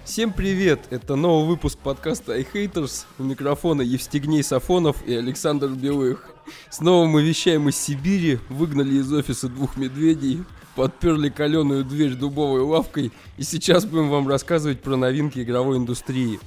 Всем привет! Это новый выпуск подкаста iHaters. У микрофона Евстигней Сафонов и Александр Белых. Снова мы вещаем из Сибири, выгнали из офиса двух медведей, подперли каленую дверь дубовой лавкой и сейчас будем вам рассказывать про новинки игровой индустрии.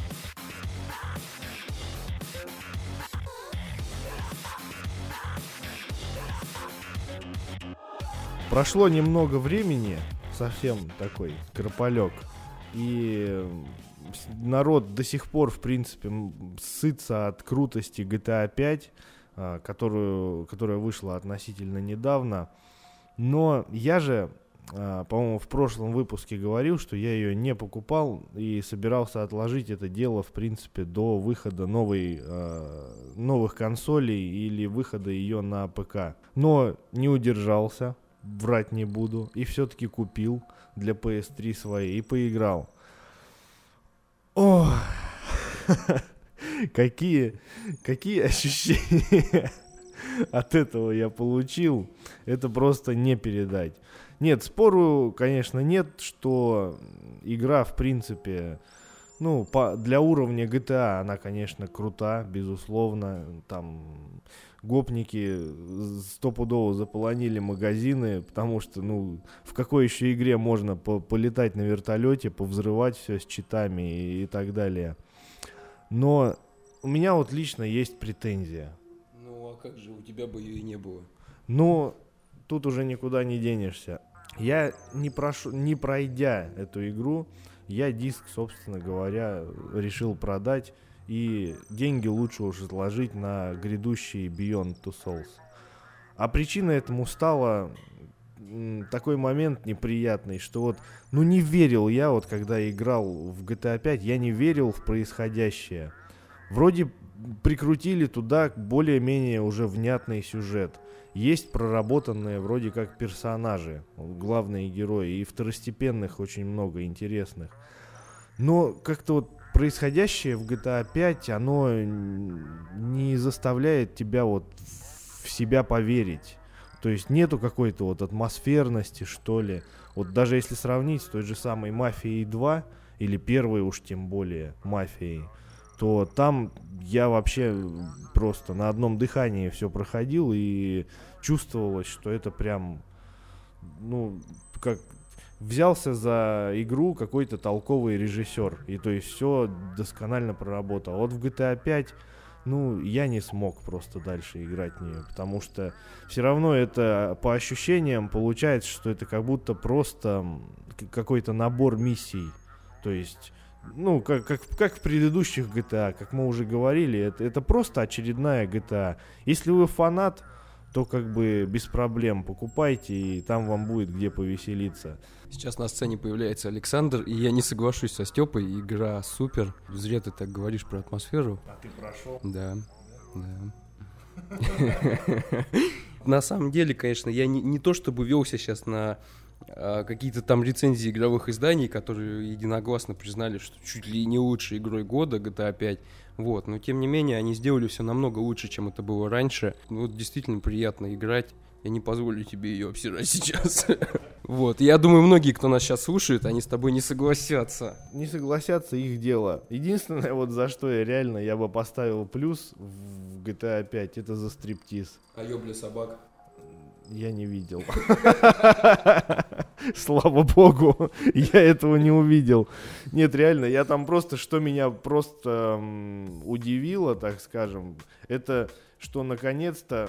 Прошло немного времени, совсем такой крополек, и народ до сих пор, в принципе, сытся от крутости GTA 5, которая вышла относительно недавно. Но я же, по-моему, в прошлом выпуске говорил, что я ее не покупал и собирался отложить это дело, в принципе, до выхода новых консолей или выхода ее на ПК. Но не удержался. Врать не буду. И все-таки купил для PS3 своей и поиграл. О, какие ощущения от этого я получил. Это просто не передать. Нет, спору, конечно, нет, что игра, в принципе, для уровня GTA она, конечно, крута, безусловно. Там гопники стопудово заполонили магазины, потому что, в какой еще игре можно полетать на вертолете, повзрывать все с читами и так далее. Но у меня вот лично есть претензия. Ну, а как же, у тебя бы ее и не было? Тут уже никуда не денешься. Я не пройдя эту игру, я диск, собственно говоря, решил продать. И деньги лучше уже отложить на грядущий Beyond Two Souls. А причиной этому стала такой момент неприятный, что не верил я, когда играл в GTA 5, я не верил в происходящее. Вроде прикрутили туда более-менее уже внятный сюжет. Есть проработанные вроде как персонажи, главные герои, и второстепенных очень много интересных. Но как-то происходящее в GTA 5, оно не заставляет тебя в себя поверить. То есть нету какой-то атмосферности, что ли. Даже если сравнить с той же самой Мафией 2, или первой уж тем более Мафией, то там я вообще просто на одном дыхании все проходил, и чувствовалось, что это прям, как взялся за игру какой-то толковый режиссер, и то есть все досконально проработал. Вот в GTA 5, я не смог просто дальше играть в нее, потому что все равно это по ощущениям получается, что это как будто просто какой-то набор миссий. То есть, как в предыдущих GTA, как мы уже говорили, это просто очередная GTA. Если вы фанат, то без проблем покупайте, и там вам будет где повеселиться. Сейчас на сцене появляется Александр, и я не соглашусь со Степой, игра супер. Зря ты так говоришь про атмосферу. А ты прошел? Да. На самом деле, конечно, я не то чтобы велся сейчас на какие-то там рецензии игровых изданий, которые единогласно признали, что чуть ли не лучшей игрой года GTA 5. Но тем не менее они сделали все намного лучше, чем это было раньше. Действительно приятно играть. Я не позволю тебе ее обсирать сейчас. Я думаю, многие, кто нас сейчас слушает, они с тобой не согласятся. Не согласятся, их дело. Единственное, за что я бы поставил плюс в GTA 5, это за стриптиз. А ёбля собак? Я не видел. Слава богу, я этого не увидел. Нет, реально, я там что меня просто удивило, так скажем, это что наконец-то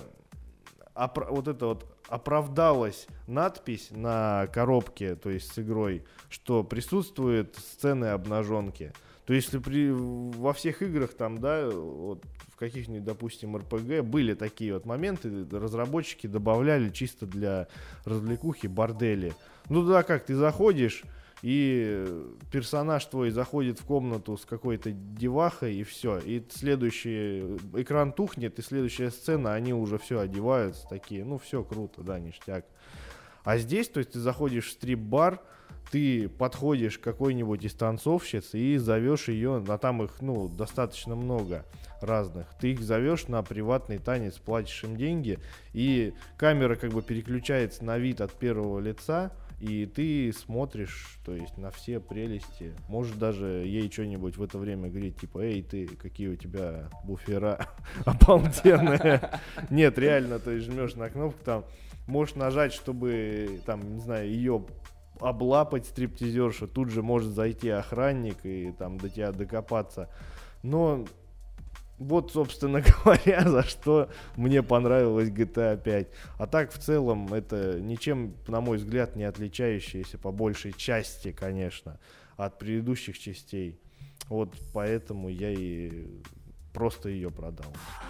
оправдалась надпись на коробке, то есть с игрой, что присутствуют сцены обнаженки. То есть во всех играх там, в каких-нибудь, допустим, РПГ были такие моменты, разработчики добавляли чисто для развлекухи бордели. Как ты заходишь, и персонаж твой заходит в комнату с какой-то девахой, и все. И следующий экран тухнет, и следующая сцена, они уже все одеваются такие, все круто, ништяк. А здесь, то есть ты заходишь в стрип-бар, ты подходишь к какой-нибудь из танцовщиц и зовешь ее, а там их, достаточно много разных. Ты их зовешь на приватный танец, платишь им деньги, и камера переключается на вид от первого лица, И ты смотришь, то есть, на все прелести. Можешь даже ей что-нибудь в это время говорить, типа, эй, ты, какие у тебя буфера обалденные. Нет, реально, то есть жмешь на кнопку, там, можешь нажать, чтобы, там, не знаю, ее облапать, стриптизершу, тут же может зайти охранник и там до тебя докопаться. Но вот, собственно говоря, за что мне понравилась GTA 5. А так, в целом, это ничем, на мой взгляд, не отличающаяся, по большей части, конечно, от предыдущих частей. Вот поэтому я и просто ее продал.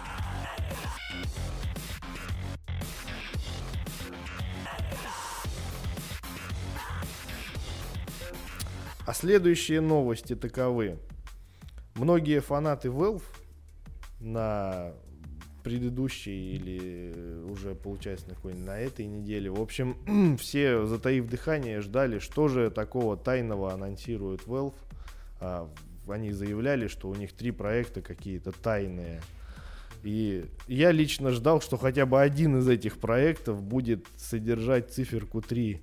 А следующие новости таковы. Многие фанаты Valve на предыдущей или уже, получается, на этой неделе, в общем, все, затаив дыхание, ждали, что же такого тайного анонсирует Valve. Они заявляли, что у них 3 проекта какие-то тайные. И я лично ждал, что хотя бы один из этих проектов будет содержать циферку 3.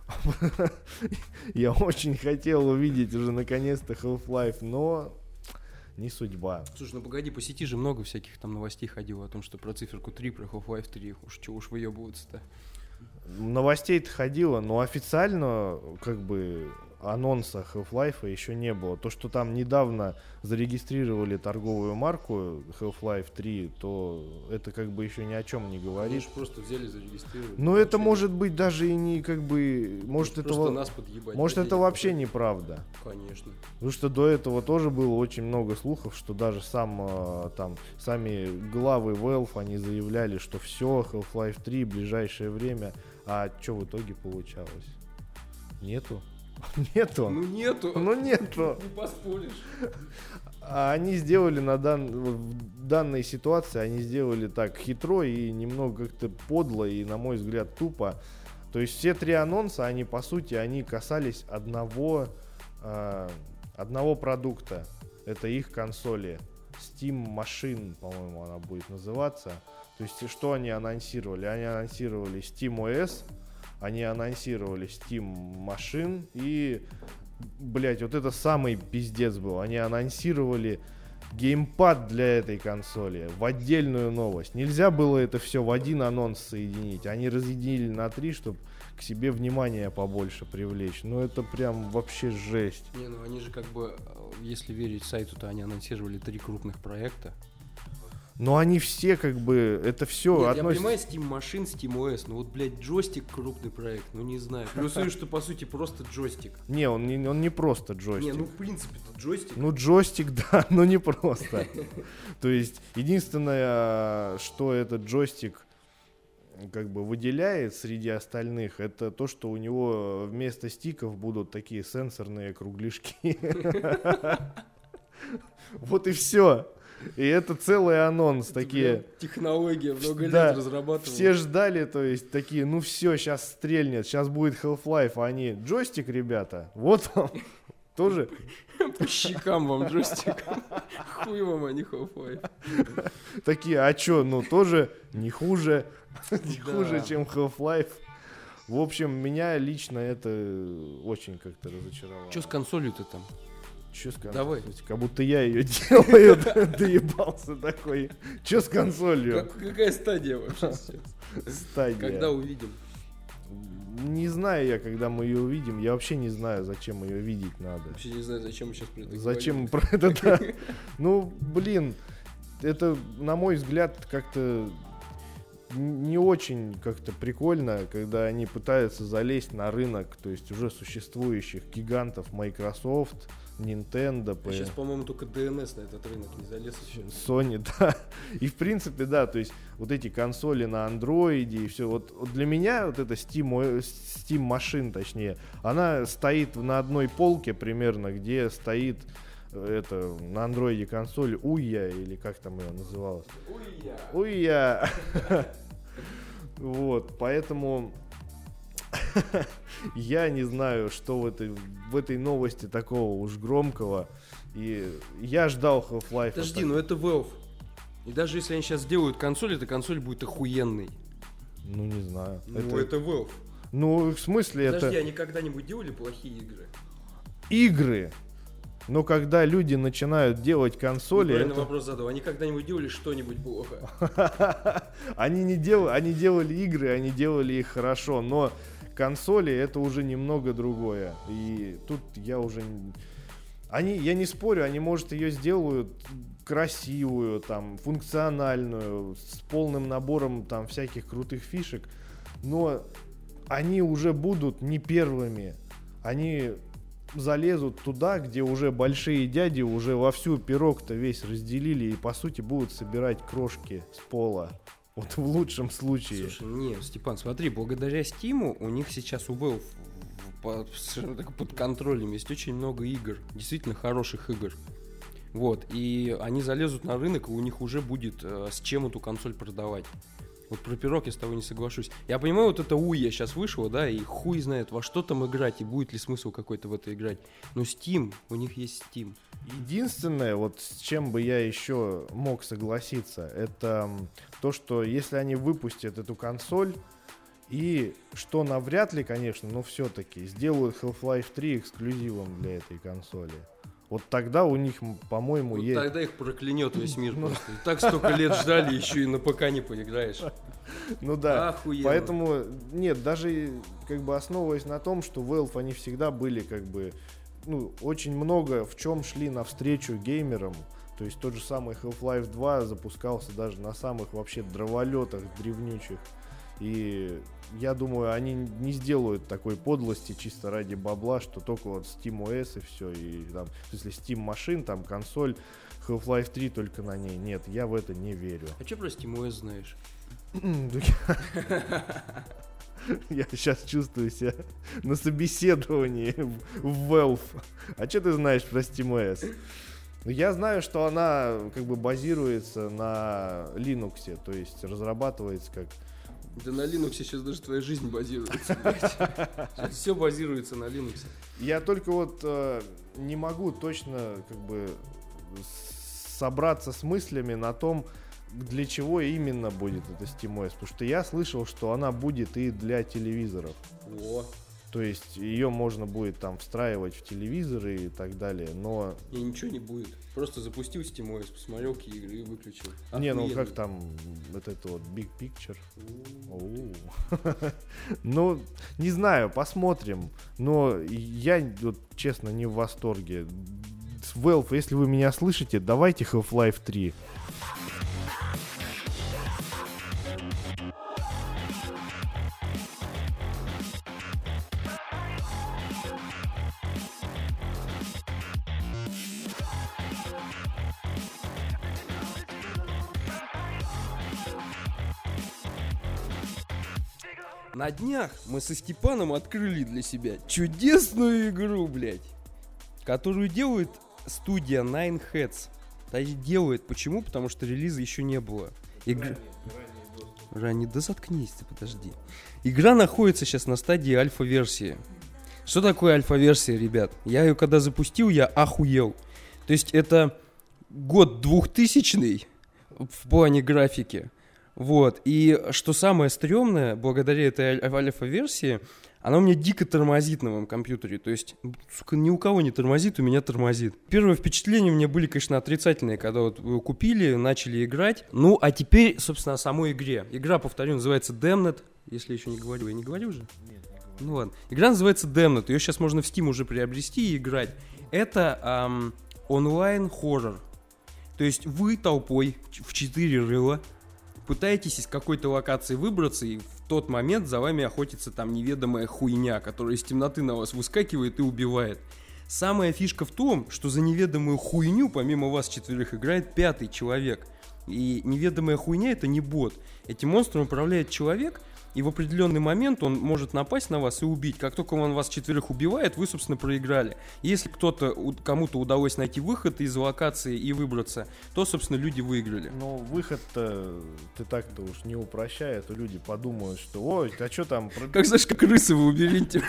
Я очень хотел увидеть уже наконец-то Half-Life, но не судьба. Слушай, ну погоди, по сети же много всяких там новостей ходило о том, что про циферку 3, про Half-Life 3. Уж чего уж выебываться-то. Новостей-то ходило, но официально как бы анонса Half-Life еще не было. То, что там недавно зарегистрировали торговую марку Half-Life 3, то это как бы еще ни о чем не говорит. Они же просто взяли, зарегистрировали. Но это может быть даже и не как бы... Может, это, нас подъебать, может это вообще неправда. Конечно. Потому что до этого тоже было очень много слухов, что даже сами главы Valve, они заявляли, что все, Half-Life 3 в ближайшее время. А что в итоге получалось? Нету. Нету. Ну нету. Не поспоришь. А они сделали в данной ситуации, они сделали так хитро и немного как-то подло и, на мой взгляд, тупо. То есть все 3 анонса, они по сути, они касались одного продукта. Это их консоли. Steam Machine, по-моему, она будет называться. То есть что они анонсировали? Они анонсировали SteamOS, они анонсировали Steam Machine и, блять, вот это самый пиздец был. Они анонсировали геймпад для этой консоли в отдельную новость. Нельзя было это все в один анонс соединить. Они разъединили на 3, чтобы к себе внимание побольше привлечь. Ну это прям вообще жесть. Не, ну они же как бы, если верить сайту, то они анонсировали 3 крупных проекта. Но они все как бы, это все относится... Я понимаю, Steam Machine, SteamOS, но вот, блядь, джойстик крупный проект, ну не знаю. Плюсую, что по сути просто джойстик. Не, он не просто джойстик. Не, ну в принципе это джойстик. Ну джойстик, да, но не просто. То есть единственное, что этот джойстик как бы выделяет среди остальных, это то, что у него вместо стиков будут такие сенсорные кругляшки. Вот и все. И это целый анонс, такие... Технология, много лет разрабатывали. Все ждали, то есть, такие, ну все, сейчас стрельнет, сейчас будет Half-Life, а они, джойстик, ребята, вот вам, тоже... По щекам вам джойстик, хуй вам, а не Half-Life. Такие, а чё, ну тоже не хуже, чем Half-Life. В общем, меня лично это очень как-то разочаровало. Что с консолью-то там? Чё с консолью? Давай. Как будто я ее делаю, доебался такой. Чё с консолью? Какая стадия вообще сейчас? Стадия. Когда увидим? Не знаю я, когда мы ее увидим. Я вообще не знаю, зачем ее видеть надо. Вообще не знаю, зачем мы сейчас про это говорим. Зачем мы про это, да. Ну, блин, это, на мой взгляд, как-то не очень как-то прикольно, когда они пытаются залезть на рынок, то есть уже существующих гигантов Microsoft, Nintendo. Сейчас, по-моему, только DNS на этот рынок не залез. Sony, да. И в принципе, да, то есть вот эти консоли на андроиде и все. Вот для меня вот эта Steam Machine, точнее, она стоит на одной полке примерно, где стоит это на андроиде консоль Уя, или как там ее называлось? Уя. Вот, поэтому я не знаю, что в этой новости такого уж громкого. И я ждал Half-Life. Подожди, но это Valve. И даже если они сейчас сделают консоль, эта консоль будет охуенной. Ну, не знаю. Ну, это Valve. Ну, в смысле Подожди, это... они когда-нибудь делали плохие игры? Игры. Но когда люди начинают делать консоли... Правильный вопрос задал. Они когда-нибудь делали что-нибудь плохо? Они делали игры, они делали их хорошо, но консоли это уже немного другое. И тут я уже... Я не спорю, они, может, ее сделают красивую, там, функциональную, с полным набором там всяких крутых фишек, но они уже будут не первыми. Они залезут туда, где уже большие дяди уже вовсю пирог-то весь разделили и, по сути, будут собирать крошки с пола. Вот в лучшем случае. Слушай, не, Степан, смотри, благодаря Steam у них сейчас у Valve под контролем есть очень много игр, действительно хороших игр. Вот, и они залезут на рынок, и у них уже будет с чем эту консоль продавать. Вот про пирог я с тобой не соглашусь. Я понимаю, вот это Уя сейчас вышло, да, и хуй знает, во что там играть, и будет ли смысл какой-то в это играть. Но Steam, у них есть Steam. Единственное, вот с чем бы я еще мог согласиться, это то, что если они выпустят эту консоль, и что навряд ли, конечно, но все-таки сделают Half-Life 3 эксклюзивом для этой консоли. Вот тогда у них, по-моему, вот есть... Тогда их проклянет весь мир просто. И так столько лет ждали, еще и на ПК не поиграешь. Ну да, охуенно. Поэтому, нет, даже как бы основываясь на том, что Valve, они всегда были как бы, ну, очень много в чем шли навстречу геймерам. То есть тот же самый Half-Life 2 запускался даже на самых вообще дроволетах древнючих. И я думаю, они не сделают такой подлости чисто ради бабла, что только вот SteamOS и все, и там, в смысле, Steam машин, там консоль, Half-Life 3 только на ней. Нет, я в это не верю. А что про SteamOS знаешь? Я сейчас чувствую себя на собеседовании в Valve. А что ты знаешь про SteamOS? Я знаю, что она как бы базируется на Linux, то есть разрабатывается как... Да на Linux сейчас даже твоя жизнь базируется. Сейчас все базируется на Linux. Я только вот не могу точно как бы собраться с мыслями на том, для чего именно будет эта SteamOS. Потому что я слышал, что она будет и для телевизоров. О. То есть ее можно будет там встраивать в телевизоры и так далее, но... И ничего не будет. Просто запустил SteamOS, посмотрел какие игры и выключил. Не, ну как там вот это вот Big Picture. Ну, не знаю, посмотрим. Но я вот честно не в восторге. Valve, если вы меня слышите, давайте Half-Life 3. На днях мы со Степаном открыли для себя чудесную игру, блядь, которую делает студия Nine Heads. Делает. Почему? Потому что релиза еще не было. Ранее, да заткнись ты, подожди. Игра находится сейчас на стадии альфа-версии. Что такое альфа-версия, ребят? Я ее когда запустил, я охуел. То есть это год 2000-й в плане графики. Вот, и что самое стрёмное, благодаря этой альфа-версии, она у меня дико тормозит на моем компьютере. То есть, сука, ни у кого не тормозит, у меня тормозит. Первые впечатления у меня были, конечно, отрицательные, когда вот вы купили, начали играть. Ну, а теперь, собственно, о самой игре. Игра, повторю, называется Damned. Если еще не говорю, я не говорю уже? Нет, не говорю. Ну ладно. Игра называется Damned, ее сейчас можно в Steam уже приобрести и играть. Это онлайн-хоррор. То есть вы толпой в 4 рыла пытаетесь из какой-то локации выбраться, и в тот момент за вами охотится там неведомая хуйня, которая из темноты на вас выскакивает и убивает. Самая фишка в том, что за неведомую хуйню, помимо вас 4, играет 5-й человек. И неведомая хуйня — это не бот. Этим монстром управляет человек, и в определенный момент он может напасть на вас и убить. Как только он вас 4 убивает, вы, собственно, проиграли. Если кому-то удалось найти выход из локации и выбраться, то, собственно, люди выиграли. Но выход-то ты так-то уж не упрощай, а то люди подумают, что ой, а что там... Как, знаешь, как крысы в лабиринте.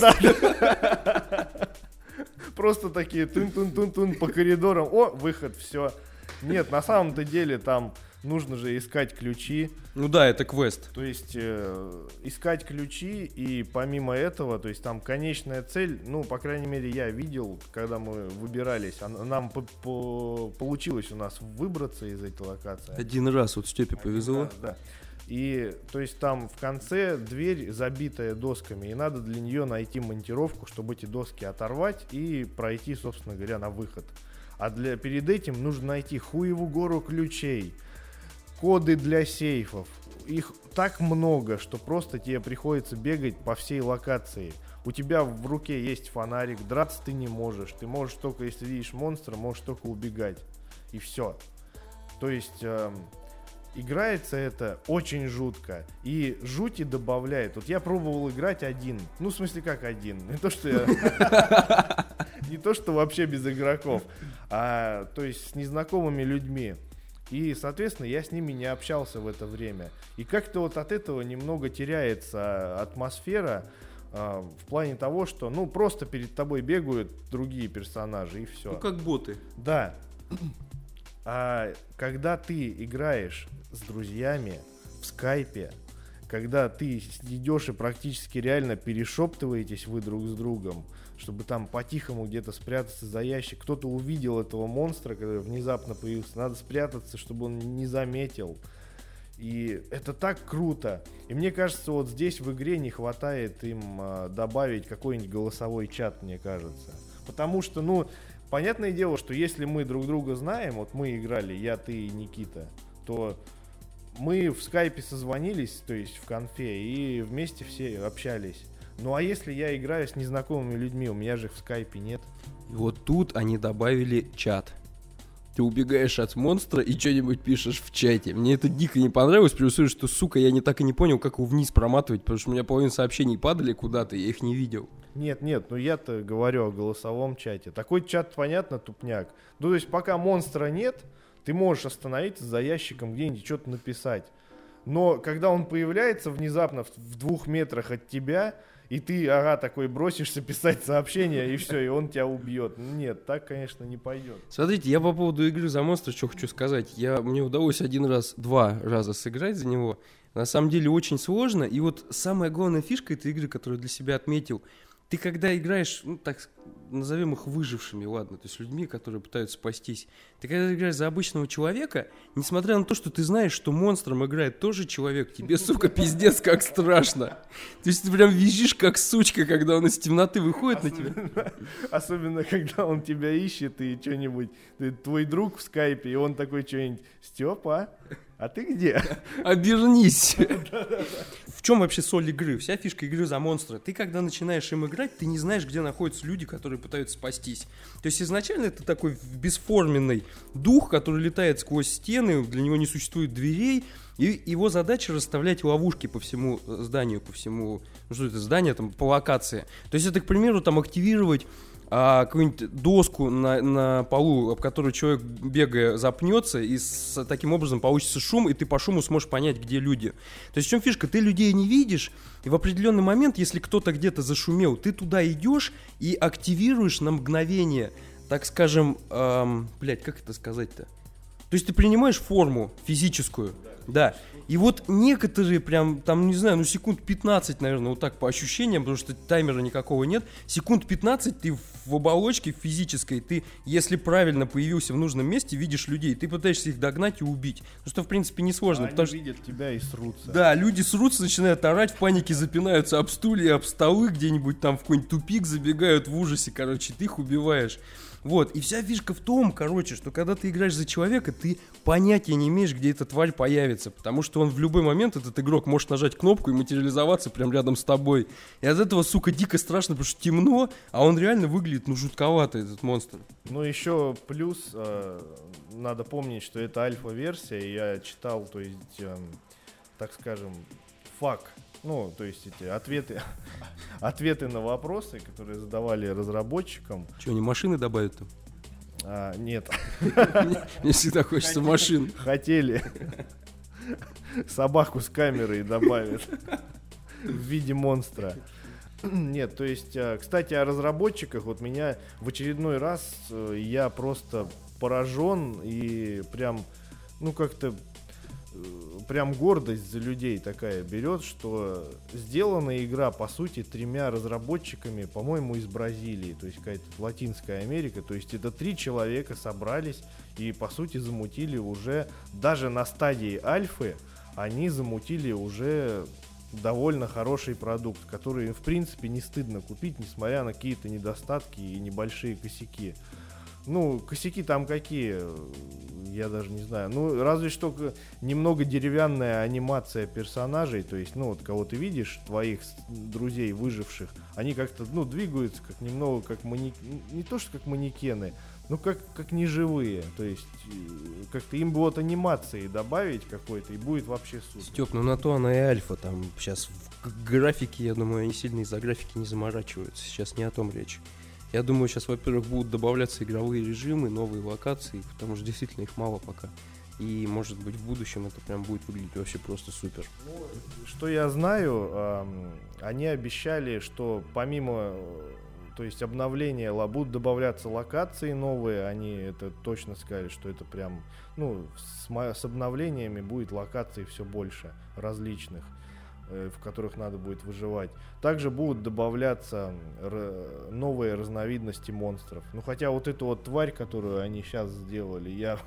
Просто такие тун-тун-тун-тун по коридорам. О, выход, все. Нет, на самом-то деле там нужно же искать ключи. Ну да, это квест. То есть искать ключи, и помимо этого, то есть там конечная цель, ну, по крайней мере, я видел, когда мы выбирались, нам получилось у нас выбраться из этой локации. Один раз вот Степе повезло. Да. И, то есть, там в конце дверь, забитая досками, и надо для нее найти монтировку, чтобы эти доски оторвать и пройти, собственно говоря, на выход. А перед этим нужно найти хуеву гору ключей, коды для сейфов. Их так много, что просто тебе приходится бегать по всей локации. У тебя в руке есть фонарик, драться ты не можешь. Ты можешь только, если видишь монстра, можешь только убегать. И все. То есть... играется это очень жутко. И жути добавляет. Вот я пробовал играть один. Ну, в смысле, как один. Не то, что я... Не то, что вообще без игроков. А, то есть, с незнакомыми людьми. И, соответственно, я с ними не общался в это время. И как-то вот от этого немного теряется атмосфера. В плане того, что, ну, просто перед тобой бегают другие персонажи, и все. Ну, как боты. Да. А когда ты играешь с друзьями в скайпе, когда ты идешь и практически реально перешептываетесь вы друг с другом, чтобы там по-тихому где-то спрятаться за ящик, кто-то увидел этого монстра, который внезапно появился, надо спрятаться, чтобы он не заметил. И это так круто. И мне кажется, вот здесь в игре не хватает им добавить какой-нибудь голосовой чат, мне кажется. Потому что, ну, понятное дело, что если мы друг друга знаем, вот мы играли, я, ты и Никита, то мы в скайпе созвонились, то есть в конфе, и вместе все общались. Ну а если я играю с незнакомыми людьми, у меня же в скайпе нет. Вот тут они добавили чат. Ты убегаешь от монстра и что-нибудь пишешь в чате. Мне это дико не понравилось, при условии, что, сука, я так и не понял, как его вниз проматывать, потому что у меня половина сообщений падали куда-то, я их не видел. Нет, ну я-то говорю о голосовом чате. Такой чат, понятно, тупняк. Ну, то есть пока монстра нет, ты можешь остановиться за ящиком где-нибудь что-то написать. Но когда он появляется внезапно в 2 метрах от тебя, и ты, такой бросишься писать сообщение, и все, и он тебя убьет. Нет, так, конечно, не пойдет. Смотрите, я по поводу игры за монстра что хочу сказать. Мне удалось 2 раза сыграть за него. На самом деле очень сложно. И вот самая главная фишка этой игры, которую для себя отметил, ты когда играешь, ну так назовем их выжившими, ладно, то есть людьми, которые пытаются спастись. Ты когда играешь за обычного человека, несмотря на то, что ты знаешь, что монстром играет тоже человек, тебе, сука, пиздец как страшно. То есть ты прям визжишь как сучка, когда он из темноты выходит на тебя. Особенно, когда он тебя ищет и что-нибудь, твой друг в скайпе, и он такой что-нибудь: Степа, а ты где? Обернись. В чем вообще соль игры? Вся фишка игры за монстра. Ты когда начинаешь им играть, ты не знаешь, где находятся люди, которые пытаются спастись. То есть изначально это такой бесформенный дух, который летает сквозь стены, для него не существует дверей, и его задача расставлять ловушки по всему зданию, ну что это, здание там, по локации. То есть это, к примеру, там активировать какую-нибудь доску на полу, об которую человек, бегая, запнется, и таким образом получится шум, и ты по шуму сможешь понять, где люди. То есть в чем фишка? Ты людей не видишь, и в определенный момент, если кто-то где-то зашумел, ты туда идешь и активируешь на мгновение, так скажем, как это сказать-то? То есть ты принимаешь форму физическую, да. И вот некоторые прям, там, не знаю, секунд 15, наверное, вот так по ощущениям, потому что таймера никакого нет, секунд 15 ты в оболочке физической, ты, если правильно появился в нужном месте, видишь людей, ты пытаешься их догнать и убить. Ну что, в принципе, несложно. Они видят тебя и срутся. Да, люди срутся, начинают орать, в панике запинаются об стулья, об столы где-нибудь там в какой-нибудь тупик, забегают в ужасе, короче, ты их убиваешь. Вот, и вся фишка в том, что когда ты играешь за человека, ты понятия не имеешь, где эта тварь появится, потому что он в любой момент, этот игрок, может нажать кнопку и материализоваться прямо рядом с тобой. И от этого, сука, дико страшно, потому что темно, а он реально выглядит, жутковато, этот монстр. Ну, еще плюс, надо помнить, что это альфа-версия, и я читал, то есть, так скажем, ну, то есть эти ответы на вопросы, которые задавали разработчикам. Что, они машины добавят там? Нет. Мне всегда хочется машин. Хотели. Собаку с камерой добавят в виде монстра. Нет, то есть, кстати, о разработчиках. Вот меня в очередной раз я просто поражен и прям, как-то прям гордость за людей такая берет, что сделана игра, по сути, 3 разработчиками, по-моему, из Бразилии, то есть какая-то Латинская Америка, то есть это 3 человека собрались и, по сути, замутили уже, даже на стадии альфы, они замутили уже довольно хороший продукт, который, в принципе, не стыдно купить, несмотря на какие-то недостатки и небольшие косяки. Ну, косяки там какие, я даже не знаю. Ну, разве что немного деревянная анимация персонажей. То есть, ну, вот кого ты видишь, твоих друзей выживших, они как-то, ну, двигаются как немного как не то, что как манекены, ну, как неживые. То есть, как-то им бы вот анимации добавить какой-то, и будет вообще супер. Степ, ну на то она и альфа. Там сейчас в графике, я думаю, они сильно из-за графики не заморачиваются. Сейчас не о том речь. Я думаю, сейчас, во-первых, будут добавляться игровые режимы, новые локации, потому что действительно их мало пока. И, может быть, в будущем это прям будет выглядеть вообще просто супер. Что я знаю, они обещали, что помимо, то есть, обновления будут добавляться локации новые. Они это точно сказали, что это прям, ну, с обновлениями будет локаций все больше различных, в которых надо будет выживать. Также будут добавляться новые разновидности монстров. Ну, хотя вот эту вот тварь, которую они сейчас сделали, я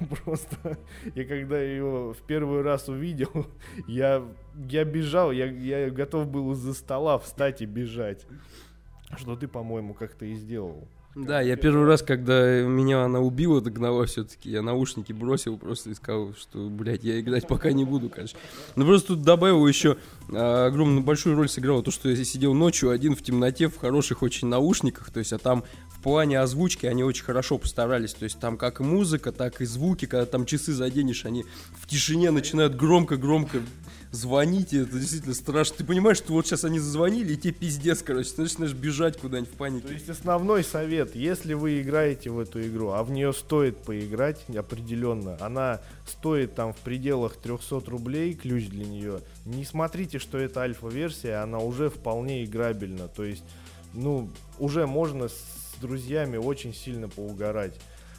когда ее в первый раз увидел, я бежал, я готов был из-за стола встать и бежать. Что ты, по-моему, как-то и сделал. Да, я первый раз, когда меня она убила, догнала все-таки, я наушники бросил просто и сказал, что, блядь, я играть пока не буду, конечно. Но просто тут добавил еще огромную большую роль сыграло то, что я сидел ночью один в темноте, в хороших очень наушниках, то есть, а там в плане озвучки они очень хорошо постарались, то есть там как и музыка, так и звуки, когда там часы заденешь, они в тишине начинают громко-громко звонить, и это действительно страшно. Ты понимаешь, что вот сейчас они зазвонили, и тебе пиздец, короче, ты начинаешь бежать куда-нибудь в панике. То есть основной совет, если вы играете в эту игру, а в нее стоит поиграть определенно, она стоит там в пределах 300 рублей, ключ для нее, не смотрите, что это альфа-версия, она уже вполне играбельна, то есть, ну, уже можно с друзьями очень сильно поугарать.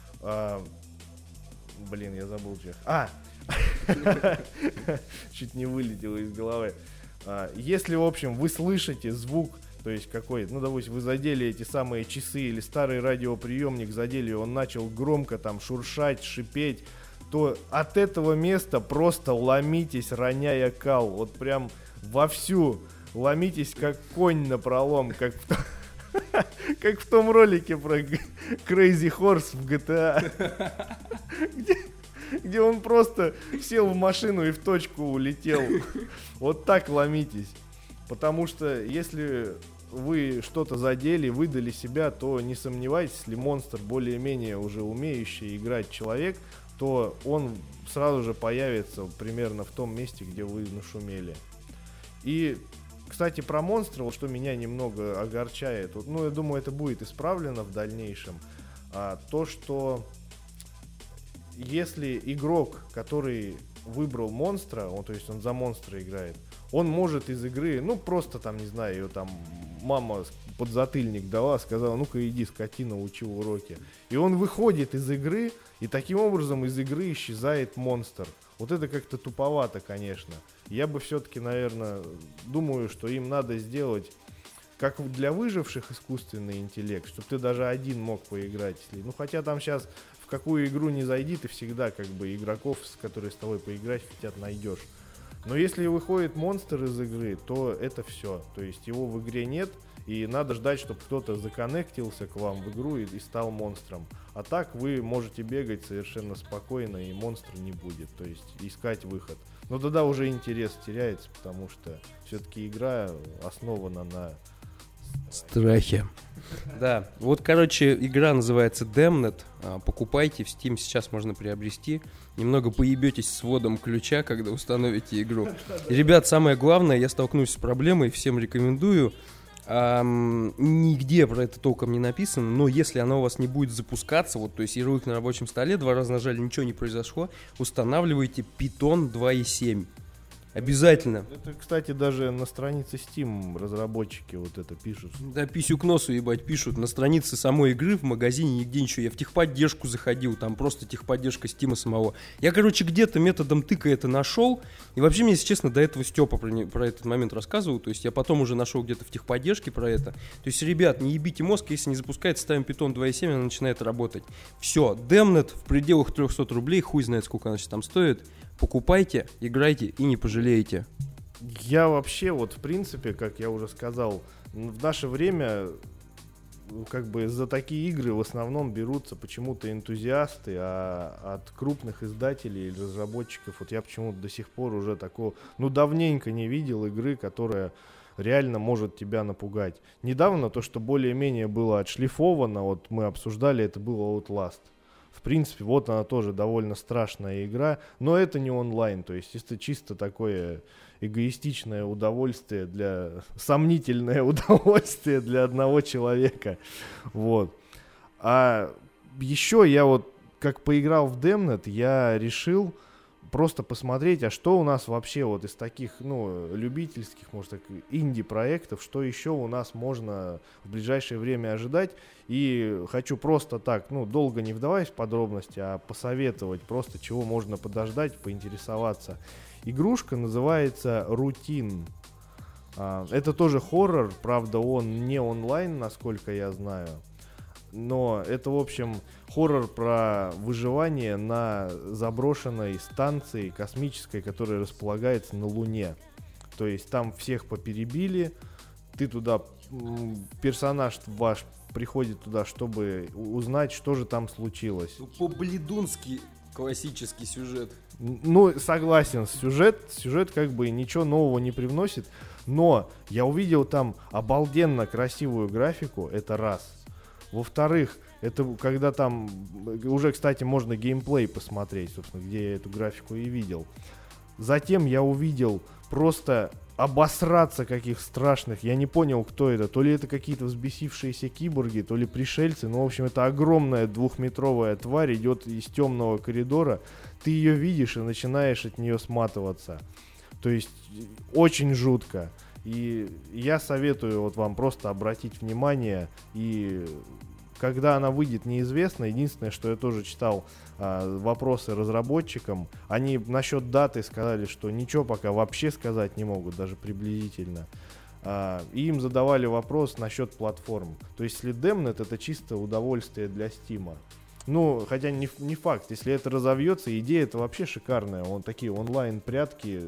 Блин, я забыл, что... Чуть не вылетело из головы. Если, в общем, вы слышите звук, то есть какой-то, ну, допустим, вы задели эти самые часы или старый радиоприемник задели, он начал громко там шуршать, шипеть, то от этого места просто ломитесь, роняя кал. Вот прям вовсю ломитесь, как конь напролом, как в том ролике про Crazy Horse в GTA, где он просто сел в машину и в точку улетел. Вот так ломитесь. Потому что если вы что-то задели, выдали себя, то не сомневайтесь, если монстр более-менее уже умеющий играть человек, то он сразу же появится примерно в том месте, где вы нашумели. И, кстати, про монстра, вот что меня немного огорчает, вот, ну, я думаю, это будет исправлено в дальнейшем, то, что если игрок, который выбрал монстра, то есть он за монстра играет, он может из игры, ну, просто там, не знаю, ее там мама подзатыльник дала, сказала, ну-ка иди, скотина, учи уроки. И он выходит из игры, и таким образом из игры исчезает монстр. Вот это как-то туповато, конечно. Я бы все-таки, наверное, думаю, что им надо сделать, как для выживших, искусственный интеллект, чтобы ты даже один мог поиграть. Ну, хотя там сейчас в какую игру не зайди, ты всегда как бы игроков, которые с тобой поиграть хотят, найдешь. Но если выходит монстр из игры, то это все. То есть его в игре нет, и надо ждать, чтобы кто-то законнектился к вам в игру и стал монстром. А так вы можете бегать совершенно спокойно, и монстра не будет. То есть искать выход. Но тогда уже интерес теряется, потому что все-таки игра основана на страхе. Да, вот, короче, игра называется Damned. Покупайте, в Steam сейчас можно приобрести. Немного поебетесь с вводом ключа, когда установите игру. И, ребят, самое главное, я столкнусь с проблемой, всем рекомендую. Нигде про это толком не написано, но если она у вас не будет запускаться, вот, то есть ярлык на рабочем столе, 2 раза нажали, ничего не произошло, устанавливайте Python 2.7. Обязательно. Это, кстати, даже на странице Steam разработчики вот это пишут. Да, писю к носу, ебать, пишут. На странице самой игры, в магазине, нигде ничего. Я в техподдержку заходил, там просто техподдержка Стима самого. Я, короче, где-то методом тыка это нашел. И вообще, мне, если честно, до этого Степа про этот момент рассказывал. То есть я потом уже нашел где-то в техподдержке про это. То есть, ребят, не ебите мозг, если не запускается, ставим Python 2.7, она начинает работать. Все, Demnet в пределах 300 рублей, хуй знает, сколько она сейчас там стоит. Покупайте, играйте и не пожалеете. Я вообще, вот в принципе, как я уже сказал, в наше время как бы за такие игры в основном берутся почему-то энтузиасты, а от крупных издателей или разработчиков, вот я почему-то до сих пор уже такого, давненько не видел игры, которая реально может тебя напугать. Недавно то, что более-менее было отшлифовано, вот мы обсуждали, это было Outlast. В принципе, вот она тоже довольно страшная игра, но это не онлайн, то есть это чисто такое эгоистичное удовольствие, сомнительное удовольствие для одного человека. Вот. А еще я вот, как поиграл в Demnet, я решил просто посмотреть, а что у нас вообще вот из таких, любительских, может так, инди-проектов, что еще у нас можно в ближайшее время ожидать. И хочу просто так, долго не вдаваясь в подробности, а посоветовать просто, чего можно подождать, поинтересоваться. Игрушка называется Routine. Это тоже хоррор, правда, он не онлайн, насколько я знаю. Но это, в общем, хоррор про выживание на заброшенной станции космической, которая располагается на Луне. То есть там всех поперебили, ты туда, персонаж ваш приходит туда, чтобы узнать, что же там случилось. По-бледунски классический сюжет. Согласен, сюжет как бы ничего нового не привносит, но я увидел там обалденно красивую графику, это раз. Во-вторых, это когда там уже, кстати, можно геймплей посмотреть, собственно, где я эту графику и видел. Затем я увидел просто обосраться каких страшных, я не понял, кто это. То ли это какие-то взбесившиеся киборги, то ли пришельцы. В общем, это огромная двухметровая тварь идет из темного коридора. Ты ее видишь и начинаешь от нее сматываться. То есть очень жутко. И я советую вот вам просто обратить внимание, и когда она выйдет, неизвестно. Единственное, что я тоже читал вопросы разработчикам, они насчет даты сказали, что ничего пока вообще сказать не могут, даже приблизительно. И им задавали вопрос насчет платформ. То есть, если Demnet, это чисто удовольствие для Steam. Хотя не факт, если это разовьется, идея это вообще шикарная. Такие онлайн-прятки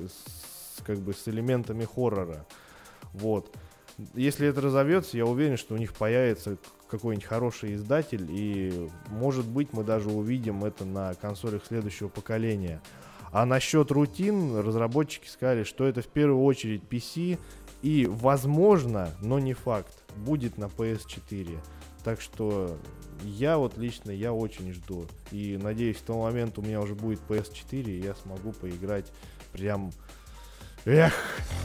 с элементами хоррора. Вот. Если это разовьется, я уверен, что у них появится какой-нибудь хороший издатель, и, может быть, мы даже увидим это на консолях следующего поколения. А насчет Routine разработчики сказали, что это в первую очередь PC, и, возможно, но не факт, будет на PS4. Так что я очень жду. И надеюсь, в тот момент у меня уже будет PS4, и я смогу поиграть прям... Эх!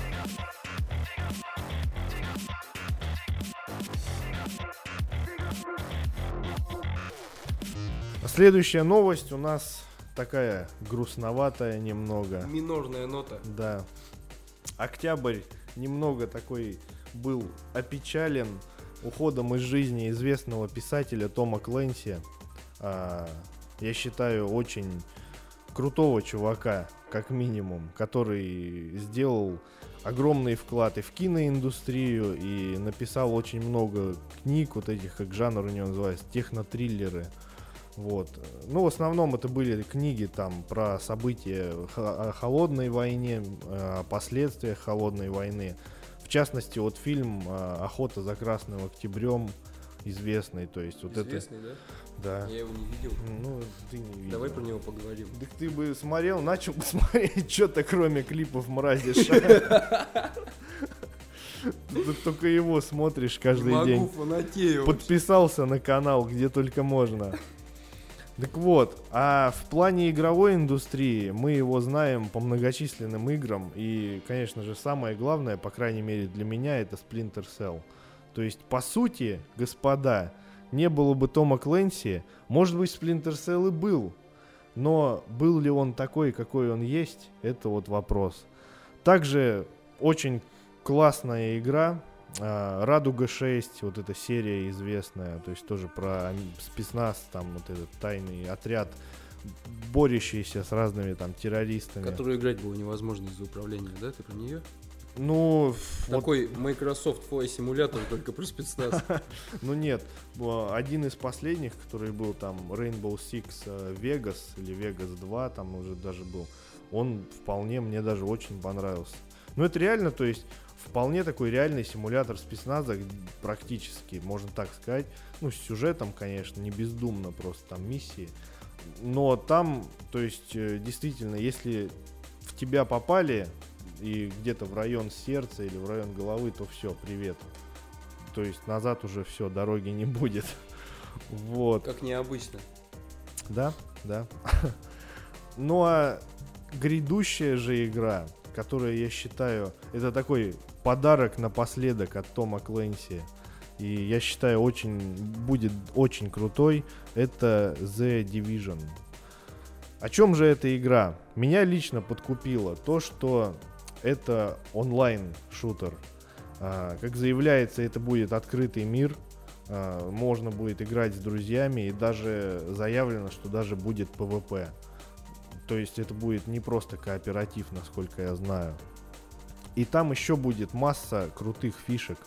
Следующая новость у нас такая грустноватая немного. Минорная нота. Да. Октябрь немного такой был опечален уходом из жизни известного писателя Тома Клэнси. Я считаю, очень крутого чувака, как минимум, который сделал огромный вклад и в киноиндустрию, и написал очень много книг, вот этих, как жанр у него называется, технотриллеры. Вот. В основном это были книги там про события о холодной войне, о последствиях холодной войны. В частности, вот фильм «Охота за Красным Октябрем» известный. То есть, вот известный, это... да? Я его не видел. Ты не видел. Давай про него поговорим. Так ты бы смотрел, начал бы смотреть что-то, кроме клипов Мразиша. Только его смотришь каждый день. Фанатею. Подписался на канал, где только можно. Так вот, а в плане игровой индустрии мы его знаем по многочисленным играм. И, конечно же, самое главное, по крайней мере для меня, это Splinter Cell. То есть, по сути, господа, не было бы Тома Клэнси, может быть, Splinter Cell и был. Но был ли он такой, какой он есть, это вот вопрос. Также очень классная игра, Радуга 6, вот эта серия известная, то есть тоже про спецназ, там вот этот тайный отряд, борющийся с разными там террористами. Которую играть было невозможно из-за управления, да? Ты про нее? Ну, такой Microsoft Flight симулятор, только про спецназ. Ну нет, один из последних, который был там Rainbow Six Vegas или Vegas 2, там уже даже был, он вполне мне даже очень понравился. Ну это реально, то есть вполне такой реальный симулятор спецназа, практически, можно так сказать. Ну с сюжетом, конечно, не бездумно, просто там миссии. Но там, то есть действительно, если в тебя попали и где-то в район сердца или в район головы, то все, привет. То есть назад уже все, дороги не будет. Вот. Как необычно. Да, да. Ну а грядущая же игра, которая, я считаю, это такой подарок напоследок от Тома Клэнси. И я считаю, будет очень крутой. Это The Division. О чем же эта игра? Меня лично подкупило то, что это онлайн-шутер. Как заявляется, это будет открытый мир. Можно будет играть с друзьями. И даже заявлено, что даже будет PvP. То есть это будет не просто кооператив, насколько я знаю. И там еще будет масса крутых фишек.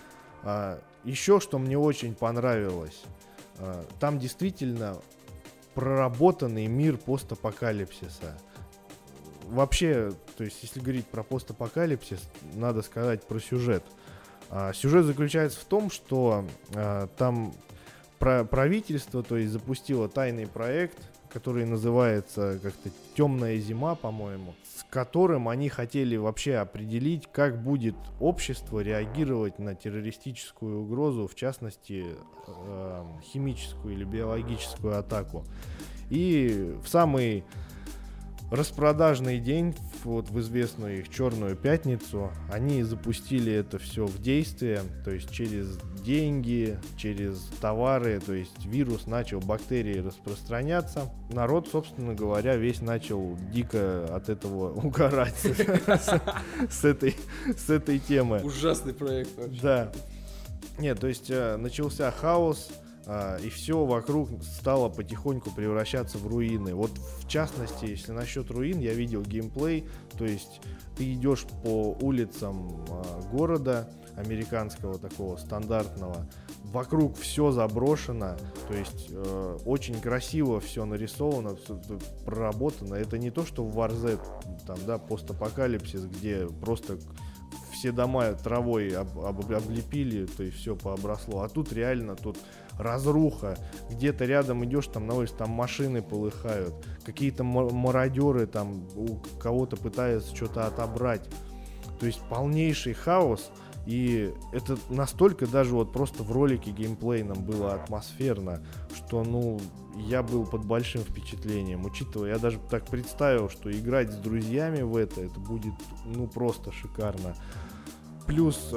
Еще что мне очень понравилось. Там действительно проработанный мир постапокалипсиса. Вообще, то есть, если говорить про постапокалипсис, надо сказать про сюжет. Сюжет заключается в том, что там правительство, то есть, запустило тайный проект, который называется как-то «Темная зима», по-моему, с которым они хотели вообще определить, как будет общество реагировать на террористическую угрозу, в частности, химическую или биологическую атаку. И в самый распродажный день, вот в известную их Черную пятницу, они запустили это все в действие, то есть через деньги, через товары, то есть вирус начал, бактерии распространяться. Народ, собственно говоря, весь начал дико от этого угорать с этой темы. Ужасный проект вообще. Да. Нет, то есть начался хаос, и все вокруг стало потихоньку превращаться в руины. Вот в частности, если насчет руин, я видел геймплей, то есть ты идешь по улицам города американского такого стандартного, вокруг все заброшено, то есть очень красиво все нарисовано, всё проработано. Это не то, что в War Z, там, да, постапокалипсис, где просто все дома травой облепили, то есть все пообросло. А тут реально, тут разруха. Где-то рядом идешь, там на улице, там машины полыхают. Какие-то мародеры там у кого-то пытаются что-то отобрать. То есть полнейший хаос. И это настолько даже вот просто в ролике геймплейном было атмосферно, что, ну, я был под большим впечатлением. Учитывая, я даже так представил, что играть с друзьями в это будет, ну, просто шикарно. Плюс,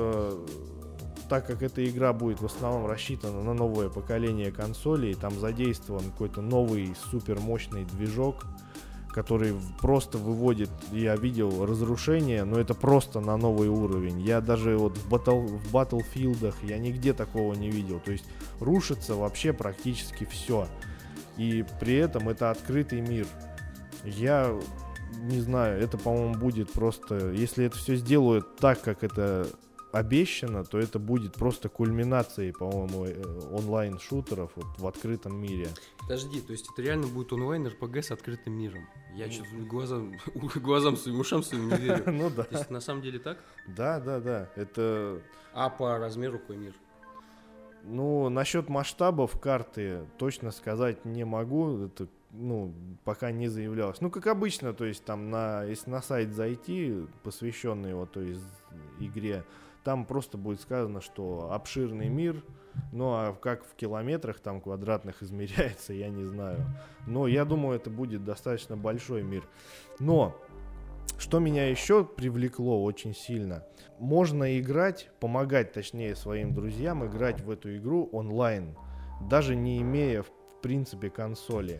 так как эта игра будет в основном рассчитана на новое поколение консолей, там задействован какой-то новый супер мощный движок, который просто выводит, я видел, разрушение, но это просто на новый уровень. Я даже вот в Battlefield'ах я нигде такого не видел. То есть рушится вообще практически все. И при этом это открытый мир. Я не знаю, это, по-моему, будет просто... Если это все сделают так, как это обещано, то это будет просто кульминацией, по-моему, онлайн-шутеров вот в открытом мире. Подожди, то есть это реально будет онлайн-РПГ с открытым миром? Я что-то глазам своим, ушам своим не верю. Ну да. То есть на самом деле так? Да. Это... А по размеру какой мир? Ну, насчет масштабов карты точно сказать не могу. Это, ну, пока не заявлялось. Ну, как обычно, то есть там если на сайт зайти, посвященный его, то есть игре, там просто будет сказано, что обширный мир. Ну, а как в километрах там квадратных измеряется, я не знаю. Но я думаю, это будет достаточно большой мир. Но что меня еще привлекло очень сильно, можно играть, помогать, точнее, своим друзьям играть в эту игру онлайн, даже не имея, в принципе, консоли.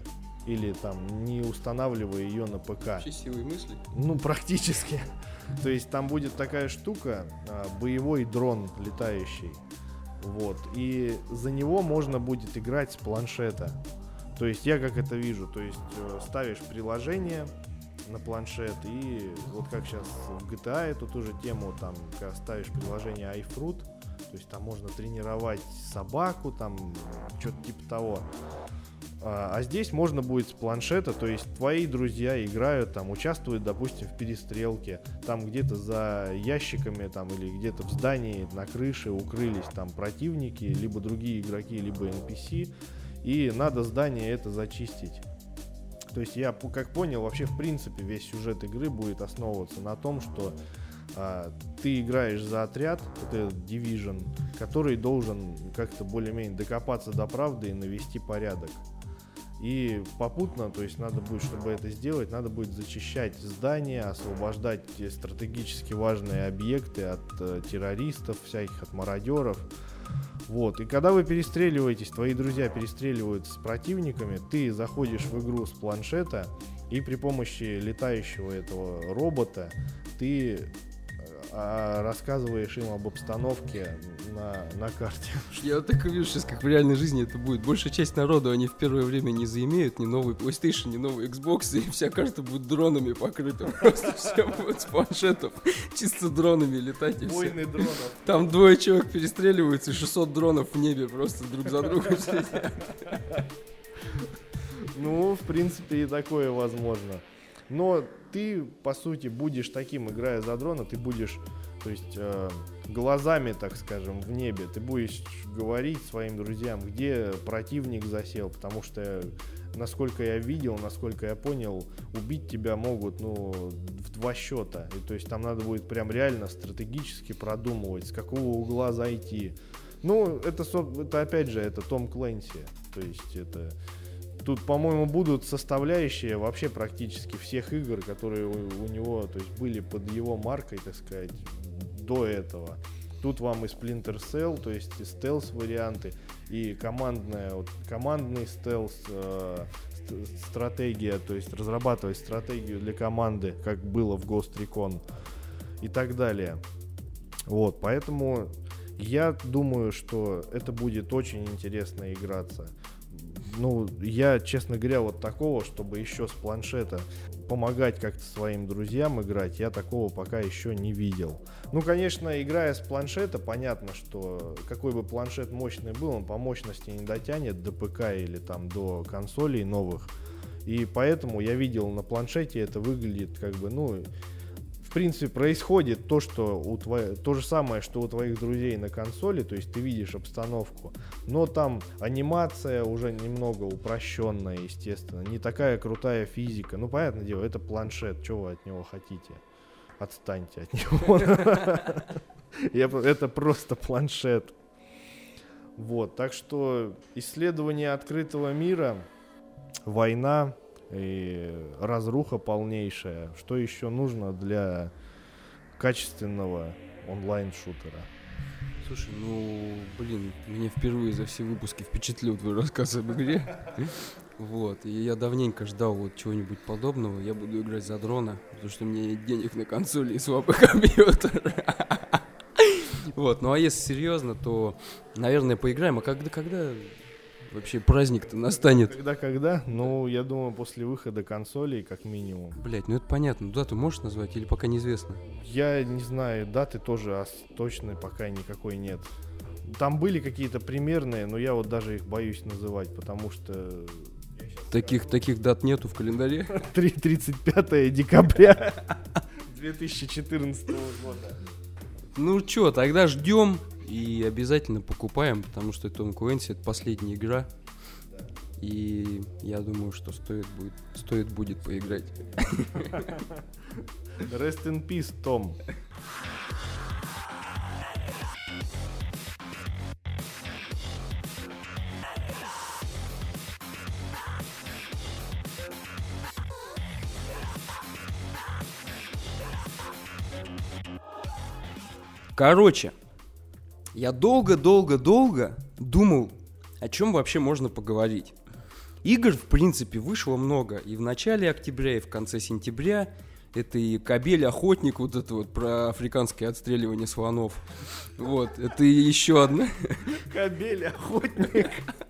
или там не устанавливая ее на ПК. Вообще силой мысли. Ну, практически. То есть там будет такая штука, боевой дрон летающий. Вот. И за него можно будет играть с планшета. То есть я как это вижу, то есть ставишь приложение на планшет, и вот как сейчас в GTA эту ту же тему, там, когда ставишь приложение iFruit, то есть там можно тренировать собаку, там, что-то типа того. А здесь можно будет с планшета, то есть твои друзья играют, там, участвуют, допустим, в перестрелке, там где-то за ящиками, там, или где-то в здании на крыше укрылись там противники, либо другие игроки, либо NPC, и надо здание это зачистить. То есть я, как понял, вообще в принципе весь сюжет игры будет основываться на том, что ты играешь за отряд, это Division, который должен как-то более-менее докопаться до правды и навести порядок. И попутно, то есть надо будет, чтобы это сделать, надо будет зачищать здания, освобождать стратегически важные объекты от террористов, всяких, от мародеров. Вот. И когда вы перестреливаетесь, твои друзья перестреливаются с противниками, ты заходишь в игру с планшета, и при помощи летающего этого робота ты рассказываешь им об обстановке на карте. Я так и вижу сейчас, как в реальной жизни это будет. Большая часть народу, они в первое время не заимеют ни новый PlayStation, ни новый Xbox, и вся карта будет дронами покрыта. Просто все будет с планшетов. Чисто дронами летать и все. Войны дронов. Там 2 человек перестреливаются, и 600 дронов в небе просто друг за другом следят. Ну, в принципе, и такое возможно. Но ты, по сути, будешь таким, играя за дрона, ты будешь, то есть, глазами, так скажем, в небе, ты будешь говорить своим друзьям, где противник засел, потому что, насколько я видел, насколько я понял, убить тебя могут, ну, в 2 счета. И, то есть там надо будет прям реально стратегически продумывать, с какого угла зайти. Ну, это опять же, это Том Клэнси, то есть это... Тут, по-моему, будут составляющие вообще практически всех игр, которые у него, то есть, были под его маркой, так сказать, до этого. Тут вам и Splinter Cell, то есть и стелс-варианты, и командный стелс, стратегия, то есть разрабатывать стратегию для команды, как было в Ghost Recon и так далее. Вот, поэтому я думаю, что это будет очень интересно играться. Ну, я, честно говоря, вот такого, чтобы еще с планшета помогать как-то своим друзьям играть, я такого пока еще не видел. Ну, конечно, играя с планшета, понятно, что какой бы планшет мощный был, он по мощности не дотянет до ПК или там до консолей новых. И поэтому я видел на планшете, это выглядит как бы, ну... В принципе, происходит то, что то же самое, что у твоих друзей на консоли, то есть ты видишь обстановку, но там анимация уже немного упрощенная, естественно, не такая крутая физика. Ну, понятное дело, это планшет, что вы от него хотите? Отстаньте от него. Это просто планшет. Вот, так что исследование открытого мира, война и разруха полнейшая. Что еще нужно для качественного онлайн-шутера? Слушай, ну, блин, меня впервые за все выпуски впечатлил твой рассказ об игре. Вот, и я давненько ждал вот чего-нибудь подобного. Я буду играть за дрона, потому что у меня нет денег на консоли и слабый компьютер. Вот, ну а если серьезно, то, наверное, поиграем. А когда вообще праздник-то настанет? Когда? Ну, я думаю, после выхода консолей, как минимум. Блять, ну это понятно. Дату можешь назвать или пока неизвестно? Я не знаю, даты тоже точной пока никакой нет. Там были какие-то примерные, но я вот даже их боюсь называть, потому что... Таких дат нету в календаре? 35 декабря 2014 года. Ну чё, тогда ждем и обязательно покупаем, потому что Том Клэнси — это последняя игра. Да. И я думаю, что стоит будет поиграть. Rest in peace, Том. Короче, я долго думал, о чем вообще можно поговорить. игр, в принципе, вышло много. И в начале октября, и в конце сентября. Это и Кобель-охотник, вот это вот про африканское отстреливание слонов. Вот, это и еще одна. Кобель-охотник.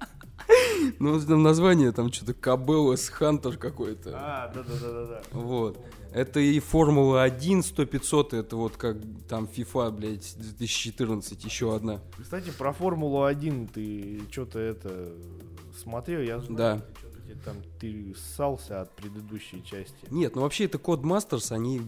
Ну, там название, там что-то Cabela's Hunter какой-то. Да. Вот. Это и Формула-1 100-500, это вот как там FIFA, блядь, 2014, еще одна. Кстати, про Формулу-1 ты что-то это смотрел, я знаю. Да. Там ты ссался от предыдущей части. Нет, ну вообще это Codemasters, они,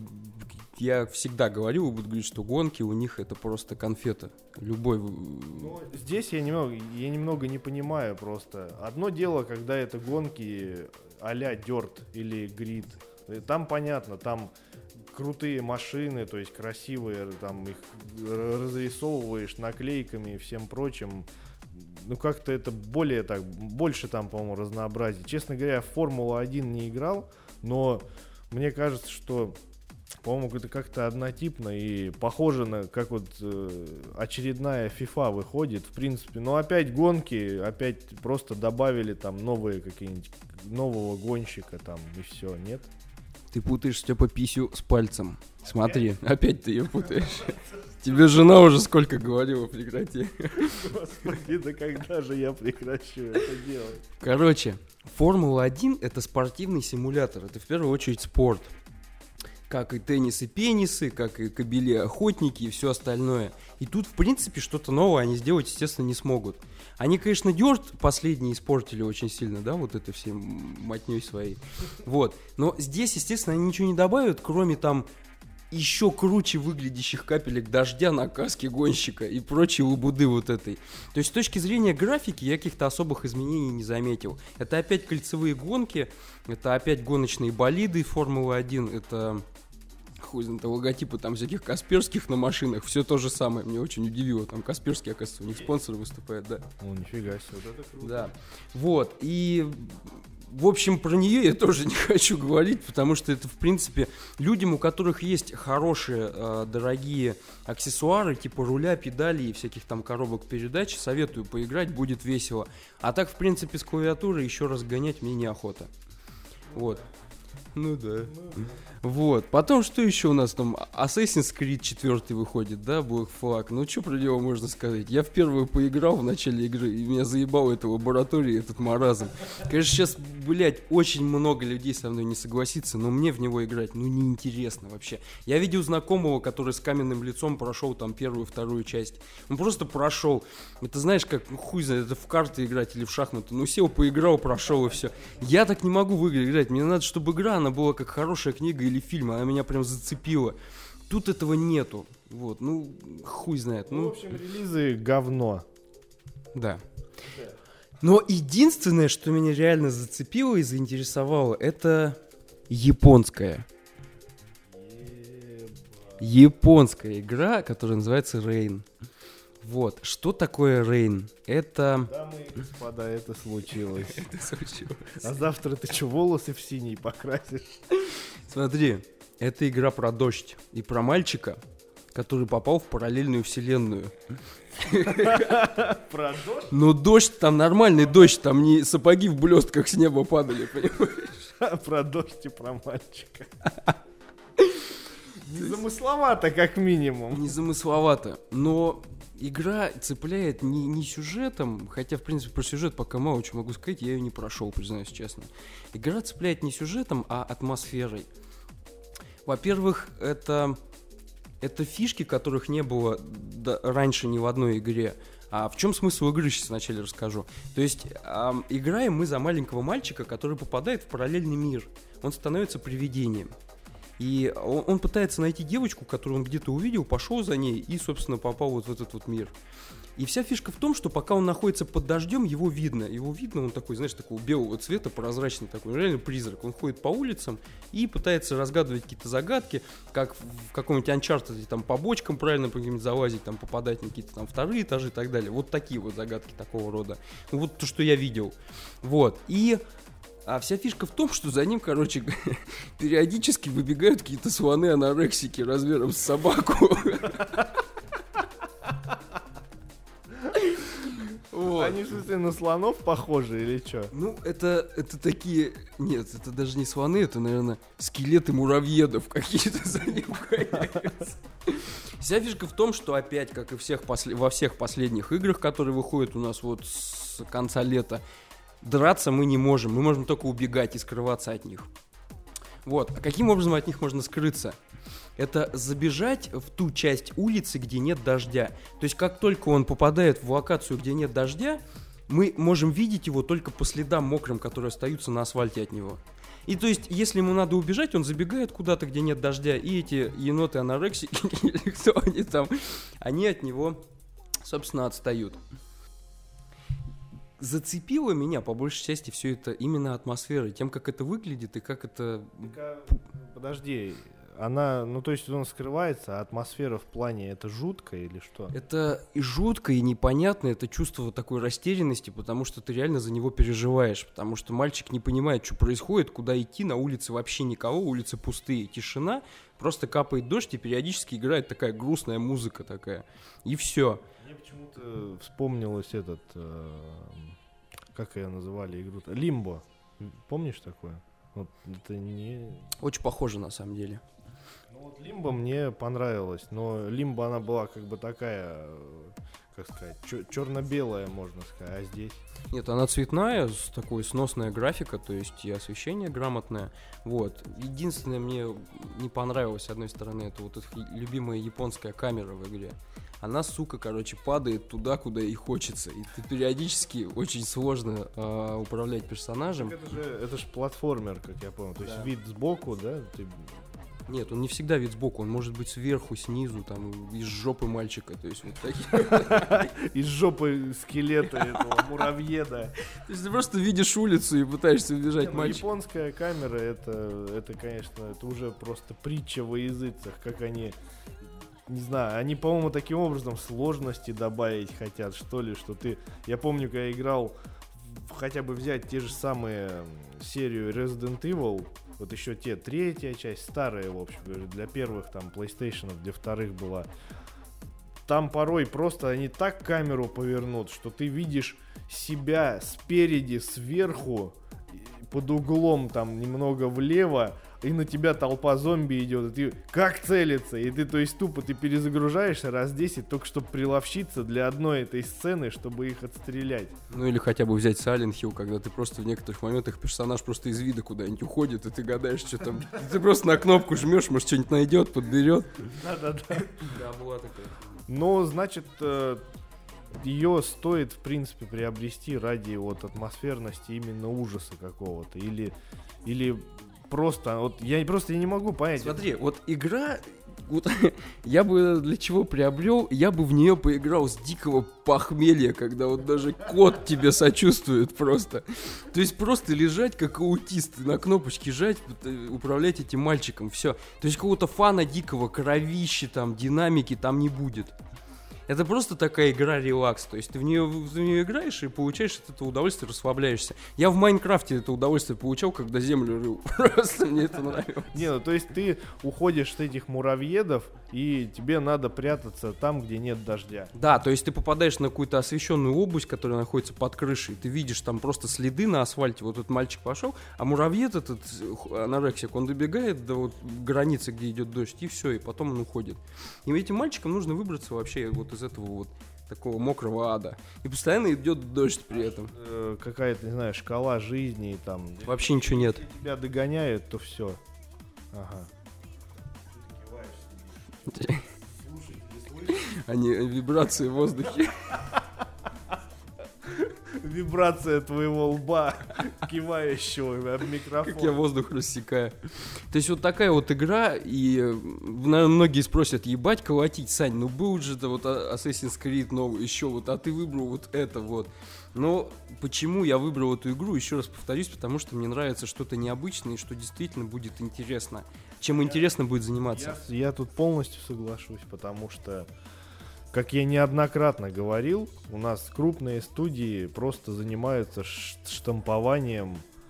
я всегда говорил и буду говорить, что гонки у них это просто конфета. Любой... Ну, здесь я немного не понимаю просто. Одно дело, когда это гонки а-ля Dirt или Grid. Там понятно, там крутые машины, то есть красивые, там их разрисовываешь наклейками и всем прочим. Ну, как-то это больше там, по-моему, разнообразия. Честно говоря, в Формулу-1 не играл, но мне кажется, что, по-моему, это как-то однотипно и похоже на, как вот очередная FIFA выходит, в принципе. Но опять гонки, опять просто добавили там новые какие-нибудь, нового гонщика там и все, нет? Ты путаешь, Степа, писю с пальцем. Смотри, опять ты ее путаешь. Тебе жена уже сколько говорила, прекрати. Господи, да когда же я прекращу это делать? Короче, Формула-1 это спортивный симулятор. Это в первую очередь спорт. Как и теннис и пенисы, как и кобели-охотники и все остальное. И тут, в принципе, что-то новое они сделать, естественно, не смогут. Они, конечно, Dirt последний испортили очень сильно, да, вот это все мотней своей. Вот. Но здесь, естественно, они ничего не добавят, кроме там еще круче выглядящих капелек дождя на каске гонщика и прочей лабуды вот этой. То есть с точки зрения графики я каких-то особых изменений не заметил. Это опять кольцевые гонки, это опять гоночные болиды Формулы-1, это хуй знает, логотипы там всяких Касперских на машинах, все то же самое, мне очень удивило, там Касперский, оказывается, у них спонсор выступает, да. О, нифига себе, вот это круто. Да, вот, и... В общем, про нее я тоже не хочу говорить, потому что это, в принципе, людям, у которых есть хорошие, дорогие аксессуары, типа руля, педалей и всяких там коробок передач, советую поиграть, будет весело. А так, в принципе, с клавиатурой еще раз гонять мне неохота. Вот. Ну да. Вот. Потом, что еще у нас там? Assassin's Creed 4 выходит, да, Black Flag. Ну, что про него можно сказать? Я в первую поиграл в начале игры, и меня заебал эта лаборатория, этот маразм. Конечно, сейчас, блядь, очень много людей со мной не согласится, но мне в него играть, ну, неинтересно вообще. Я видел знакомого, который с каменным лицом прошел там первую, вторую часть. Он просто прошел. Это знаешь, как, ну, хуй знает, это в карты играть или в шахматы. Ну, сел, поиграл, прошел и все. Я так не могу в игры играть. Мне надо, чтобы игра, она была как хорошая книга или фильм, она меня прям зацепила. Тут этого нету. Вот, ну, хуй знает. Ну, в общем, релизы говно. Да. Но единственное, что меня реально зацепило и заинтересовало, это японская игра, которая называется Rain. Вот. Что такое Rain? Это... Дамы и господа, это случилось. Это случилось. А завтра ты что, волосы в синий покрасишь? Смотри, это игра про дождь и про мальчика, который попал в параллельную вселенную. Про дождь? Но дождь, там нормальный дождь, там не сапоги в блестках с неба падали, понимаешь? Про дождь и про мальчика. Незамысловато, как минимум. Незамысловато, но игра цепляет не сюжетом, хотя, в принципе, про сюжет пока мало чего могу сказать, я ее не прошел, признаюсь честно. Игра цепляет не сюжетом, а атмосферой. Во-первых, это фишки, которых не было раньше ни в одной игре. А в чем смысл игры, сейчас вначале расскажу. То есть, играем мы за маленького мальчика, который попадает в параллельный мир. Он становится привидением. И он пытается найти девочку, которую он где-то увидел, пошел за ней и, собственно, попал вот в этот вот мир. И вся фишка в том, что пока он находится под дождем, его видно. Его видно, он такой, знаешь, такого белого цвета, прозрачный такой, реально призрак. Он ходит по улицам и пытается разгадывать какие-то загадки, как в каком-нибудь Uncharted, там по бочкам правильно по каким-нибудь залазить, там попадать на какие-то там вторые этажи и так далее. Вот такие вот загадки такого рода. Вот то, что я видел. Вот. А вся фишка в том, что за ним, короче, периодически выбегают какие-то слоны-анорексики размером с собаку. Вот. Они же смысле, на слонов похожи или что? Ну, это такие... Нет, это даже не слоны, это, наверное, скелеты муравьедов какие-то за ним гоняются. Вся фишка в том, что опять, как и во всех последних играх, которые выходят у нас вот с конца лета, драться мы не можем. Мы можем только убегать и скрываться от них. Вот. А каким образом от них можно скрыться? Это забежать в ту часть улицы, где нет дождя. То есть, как только он попадает в локацию, где нет дождя, мы можем видеть его только по следам мокрым, которые остаются на асфальте от него. И то есть, если ему надо убежать, он забегает куда-то, где нет дождя, и эти еноты-анорексики, или кто они там, они от него, собственно, отстают. Зацепило меня, по большей части, все это именно атмосферой, тем, как это выглядит и как это... Подожди, она, ну то есть он скрывается, а атмосфера в плане это жутко или что? Это и жутко, и непонятно, это чувство такой растерянности, потому что ты реально за него переживаешь, потому что мальчик не понимает, что происходит, куда идти, на улице вообще никого, улицы пустые, тишина, просто капает дождь, и периодически играет такая грустная музыка такая, и все. Мне почему-то вспомнилось как ее называли игру-то? Лимбо, помнишь такое? Вот это не... Очень похоже на самом деле. Ну вот Лимбо мне понравилась, но Лимбо она была как бы такая, как сказать, черно-белая, можно сказать, а здесь? Нет, она цветная, с такой сносная графика, то есть и освещение грамотное. Вот. Единственное, мне не понравилось, с одной стороны, это вот эта любимая японская камера в игре. Она, сука, короче, падает туда, куда ей хочется. И ты периодически очень сложно управлять персонажем. Это же платформер, как я понял. То есть вид сбоку, да? Нет, он не всегда вид сбоку, он может быть сверху, снизу, там, из жопы мальчика, то есть вот такие. Из жопы скелета этого муравьеда. То есть ты просто видишь улицу и пытаешься убежать мальчика. Японская камера, это, конечно, это уже просто притча во языцах, как они, не знаю, они, по-моему, таким образом сложности добавить хотят, что ли, что ты... Я помню, когда я играл, хотя бы взять те же самые серию Resident Evil, вот еще те, третья часть, старая, в общем, для первых там PlayStation, для вторых была. Там порой просто они так камеру повернут, что ты видишь себя спереди, сверху, под углом там немного влево, и на тебя толпа зомби идет, и ты как целиться? И ты, то есть, тупо ты перезагружаешься раз 10, только чтобы приловчиться для одной этой сцены, чтобы их отстрелять. Ну или хотя бы взять Silent Hill, когда ты просто в некоторых моментах персонаж просто из вида куда-нибудь уходит, и ты гадаешь, что там. Ты просто на кнопку жмешь, может, что-нибудь найдет, подберет. Да-да-да. Да, была такая. Ну, значит, ее стоит, в принципе, приобрести ради вот атмосферности именно ужаса какого-то. Или просто, вот я просто не могу понять. Смотри, вот игра, вот, я бы для чего приобрел, я бы в нее поиграл с дикого похмелья, когда вот даже кот тебе сочувствует просто. То есть просто лежать как аутист, на кнопочки жать, управлять этим мальчиком, все. То есть какого-то фана дикого, кровищи там, динамики там не будет. Это просто такая игра релакс, то есть ты в нее играешь и получаешь от этого удовольствие, расслабляешься. Я в Майнкрафте это удовольствие получал, когда землю рыл, просто мне это нравилось. Не, ну то есть ты уходишь с этих муравьедов, и тебе надо прятаться там, где нет дождя. Да, то есть ты попадаешь на какую-то освещенную область, которая находится под крышей, ты видишь там просто следы на асфальте, вот этот мальчик пошел, а муравьед этот, анорексик, он добегает до вот границы, где идет дождь, и все, и потом он уходит. И этим мальчикам нужно выбраться вообще вот из этого вот такого мокрого ада. И постоянно идет дождь при этом. Какая-то, не знаю, шкала жизни там. Вообще ничего нет. Если тебя догоняют, то все. Ага. Они вибрации в воздухе. Вибрация твоего лба, кивающего об микрофон. Как я воздух рассекаю. То есть вот такая вот игра, и, наверное, многие спросят, ебать колотить, Сань, ну был же это вот Assassin's Creed новый, еще вот, а ты выбрал вот это вот. Но почему я выбрал эту игру, еще раз повторюсь, потому что мне нравится что-то необычное, и что действительно будет интересно. Чем интересно будет заниматься. Я тут полностью соглашусь, потому что, как я неоднократно говорил, у нас крупные студии просто занимаются штампованием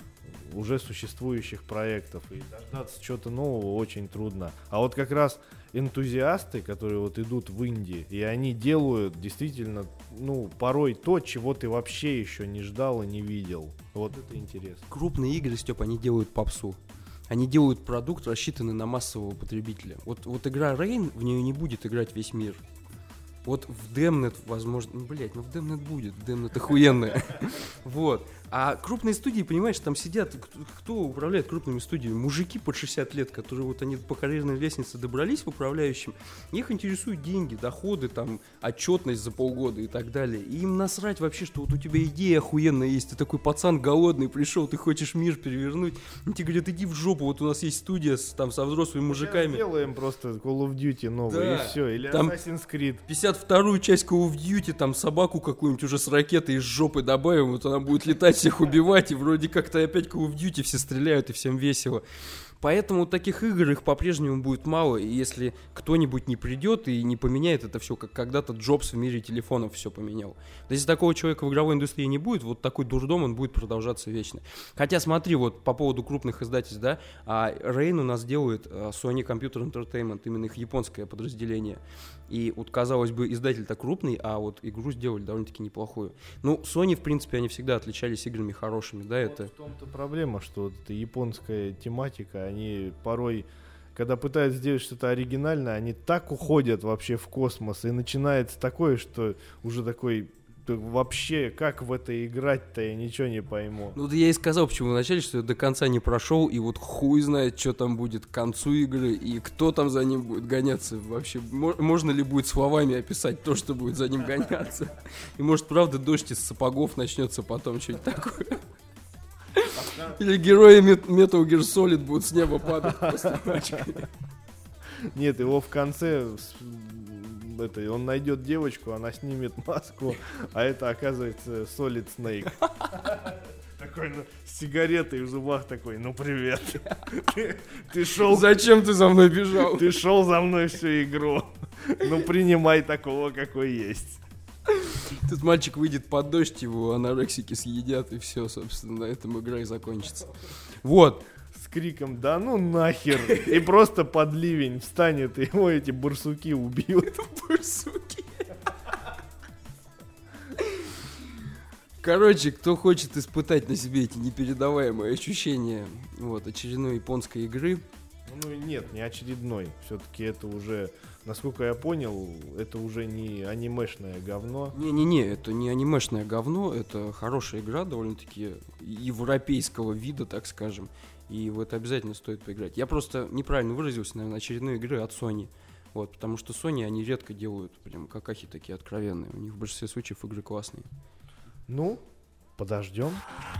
уже существующих проектов. И дождаться чего-то нового очень трудно. А вот как раз энтузиасты, которые вот идут в инди, и они делают действительно, ну, порой то, чего ты вообще еще не ждал и не видел. Вот это интересно. Крупные игры, Степ, они делают попсу. Они делают продукт, рассчитанный на массового потребителя. Вот игра Rain, в нее не будет играть весь мир. Вот в Damned, возможно... Ну, в Damned будет. Damned охуенная. Вот. А крупные студии, понимаешь, там сидят... Кто управляет крупными студиями? Мужики под 60 лет, которые вот они по карьерной лестнице добрались в управляющем. Их интересуют деньги, доходы, там, отчетность за полгода и так далее. И им насрать вообще, что вот у тебя идея охуенная есть. Ты такой пацан голодный, пришел, ты хочешь мир перевернуть. И тебе говорят, иди в жопу, вот у нас есть студия там со взрослыми мужиками. Делаем просто Call of Duty новый, да. И все. Или там Assassin's Creed. 52-ю часть Call of Duty, там собаку какую-нибудь уже с ракетой из жопы добавим, вот она будет летать, всех убивать, и вроде как-то опять Call of Duty все стреляют, и всем весело. Поэтому таких игр их по-прежнему будет мало, и если кто-нибудь не придет и не поменяет это все, как когда-то Джобс в мире телефонов все поменял. То есть, если такого человека в игровой индустрии не будет, вот такой дурдом, он будет продолжаться вечно. Хотя смотри, вот по поводу крупных издательств, да, Rain у нас делает Sony Computer Entertainment, именно их японское подразделение. И вот, казалось бы, издатель-то крупный, а вот игру сделали довольно-таки неплохую. Ну, Sony, в принципе, они всегда отличались играми хорошими, да, Вот это... в том-то проблема, что вот эта японская тематика, они порой, когда пытаются сделать что-то оригинальное, они так уходят вообще в космос, и начинается такое, что уже такой... Вообще, как в это играть-то, я ничего не пойму. Ну, да я и сказал, почему вначале, что я до конца не прошел, и вот хуй знает, что там будет к концу игры, и кто там за ним будет гоняться вообще. Можно ли будет словами описать то, что будет за ним гоняться? И может, правда, дождь из сапогов начнется потом, что-нибудь такое. Или герои Metal Gear Solid будут с неба падать после матча. Нет, его в конце... он найдет девочку, она снимет маску, а это оказывается Solid Snake. Такой, с сигаретой в зубах такой, ну привет. Ты шел... Зачем ты за мной бежал? Ты шел за мной всю игру. Ну принимай такого, какой есть. Тут мальчик выйдет под дождь, его анорексики съедят, и все, собственно, на этом игра и закончится. Вот. С криком, да ну нахер. И просто под ливень встанет, и его эти барсуки убьют. Барсуки. Короче, кто хочет испытать на себе эти непередаваемые ощущения вот, очередной японской игры. Ну нет, не очередной. Все-таки это уже, насколько я понял, это уже не анимешное говно. Не-не-не, это не анимешное говно, это хорошая игра, довольно-таки европейского вида, так скажем. И в это обязательно стоит поиграть. Я просто неправильно выразился, наверное, очередной игры от Sony. Вот, потому что Sony, они редко делают прям какахи такие откровенные. У них в большинстве случаев игры классные. Ну, подождем.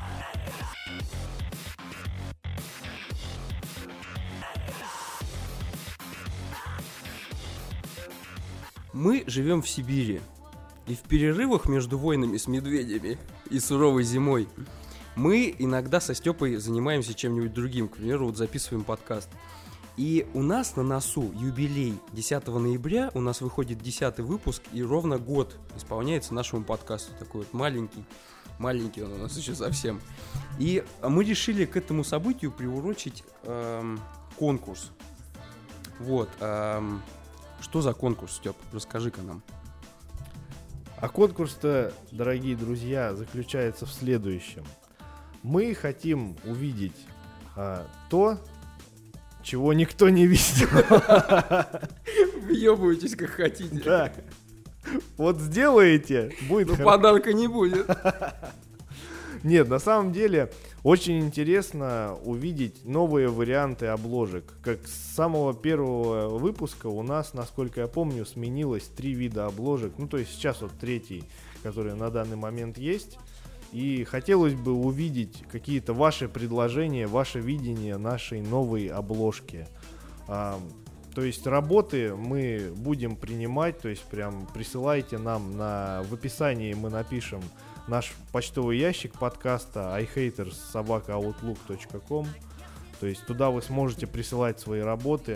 Мы живем в Сибири. И в перерывах между войнами с медведями и суровой зимой мы иногда со Степой занимаемся чем-нибудь другим. К примеру, вот записываем подкаст. И у нас на носу юбилей. 10 ноября у нас выходит 10-й выпуск, и ровно год исполняется нашему подкасту. Такой вот маленький он у нас еще совсем. И мы решили к этому событию приурочить конкурс. Вот. Что за конкурс, Степ? Расскажи-ка нам. А конкурс-то, дорогие друзья, заключается в следующем. Мы хотим увидеть то, чего никто не видел. Въебывайтесь как хотите. Да. Вот сделаете, будет хорошо. Подарка не будет. Нет, на самом деле очень интересно увидеть новые варианты обложек. Как с самого первого выпуска у нас, насколько я помню, сменилось 3 вида обложек. Ну, то есть сейчас вот 3-й, который на данный момент есть. И хотелось бы увидеть какие-то ваши предложения, ваше видение нашей новой обложки. То есть работы мы будем принимать, то есть прям присылайте нам в описании мы напишем наш почтовый ящик подкаста ihaters@outlook.com. То есть туда вы сможете присылать свои работы.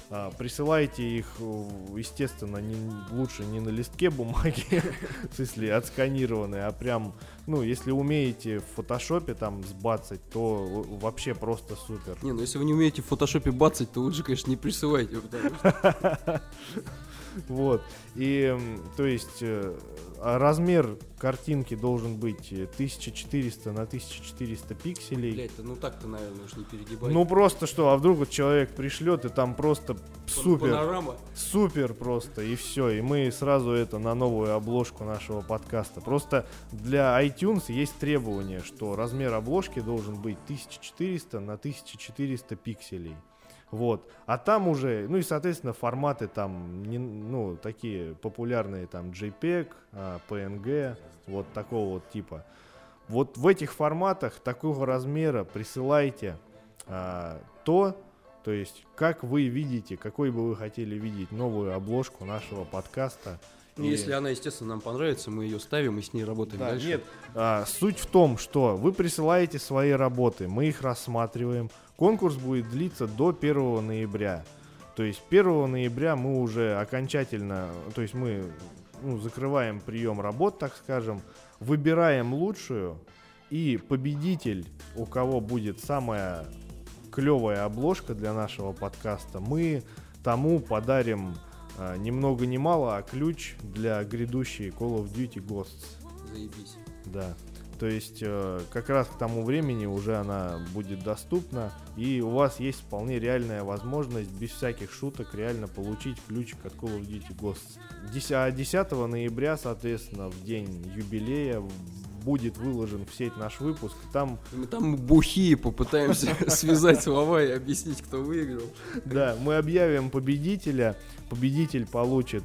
Присылайте их, естественно, лучше не на листке бумаги, в смысле отсканированные, а прям, ну, если умеете в фотошопе там сбацать, то вообще просто супер. Не, ну если вы не умеете в фотошопе бацать, то лучше, конечно, не присылайте, потому что... Вот, и, то есть, размер картинки должен быть 1400 на 1400 пикселей. Блять, ну так-то, наверное, уж не перегибай. Ну просто что, а вдруг вот человек пришлет, и там просто супер, Панорама. супер просто, и все, и мы сразу это на новую обложку нашего подкаста. Просто для iTunes есть требование, что размер обложки должен быть 1400 на 1400 пикселей. Вот, а там уже, ну и соответственно форматы там, ну такие популярные там JPEG, PNG, вот такого вот типа. Вот в этих форматах такого размера присылайте то есть как вы видите, какой бы вы хотели видеть новую обложку нашего подкаста. Ну, если она, естественно, нам понравится, мы ее ставим и с ней работаем дальше. Нет, суть в том, что вы присылаете свои работы, мы их рассматриваем. Конкурс будет длиться до 1 ноября. То есть 1 ноября мы уже окончательно, то есть мы закрываем прием работ, так скажем, выбираем лучшую, и победитель, у кого будет самая клевая обложка для нашего подкаста, мы тому подарим ни много ни мало, а ключ для грядущей Call of Duty Ghosts. Заебись. Да. То есть как раз к тому времени уже она будет доступна, и у вас есть вполне реальная возможность без всяких шуток реально получить ключик от Call of Duty Ghosts. 10 ноября, соответственно, в день юбилея, будет выложен в сеть наш выпуск. Там мы бухие попытаемся связать слова и объяснить, кто выиграл. Да, мы объявим победителя. Победитель получит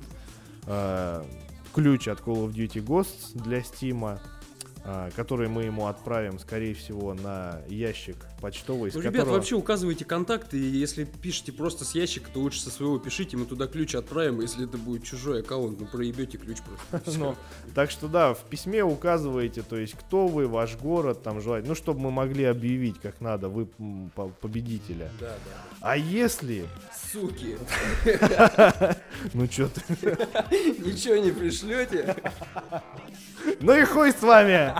ключ от Call of Duty Ghosts для Steam, который мы ему отправим, скорее всего, на ящик почтовый. Ну, ребят, вообще указывайте контакты, и если пишете просто с ящика, то лучше со своего пишите, мы туда ключ отправим, если это будет чужой аккаунт, ну проебете ключ просто. Ну, так что да, в письме указывайте, то есть кто вы, ваш город, там желательно, ну, чтобы мы могли объявить как надо, вы победителя. Да. А если... Суки! Ну чё ты? Ничего не пришлете? Ну и хуй с вами!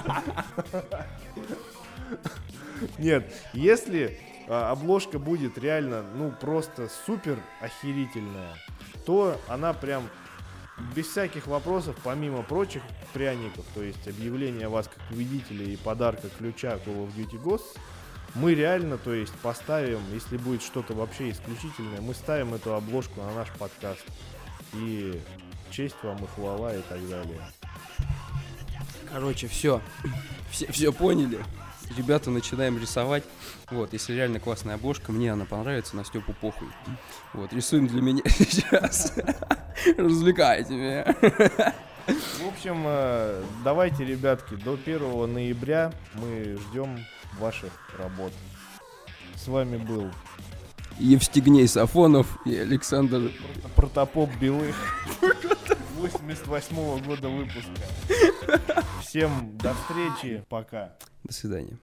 Нет, если обложка будет реально, ну, просто супер охерительная, то она прям без всяких вопросов, помимо прочих пряников, то есть объявления вас как победителя и подарка ключа Call of Duty Ghosts, мы реально, то есть, поставим, если будет что-то вообще исключительное, мы ставим эту обложку на наш подкаст. И честь вам и хвала и так далее. Короче, все поняли. Ребята, начинаем рисовать. Вот, если реально классная обложка, мне она понравится, на Степу похуй. Вот, рисуем для меня сейчас. Развлекайте меня. В общем, давайте, ребятки, до 1 ноября мы ждем ваших работ. С вами был Евстигней Сафонов и Александр Протопоп Белых 88-го года выпуска. Всем до встречи, пока. До свидания.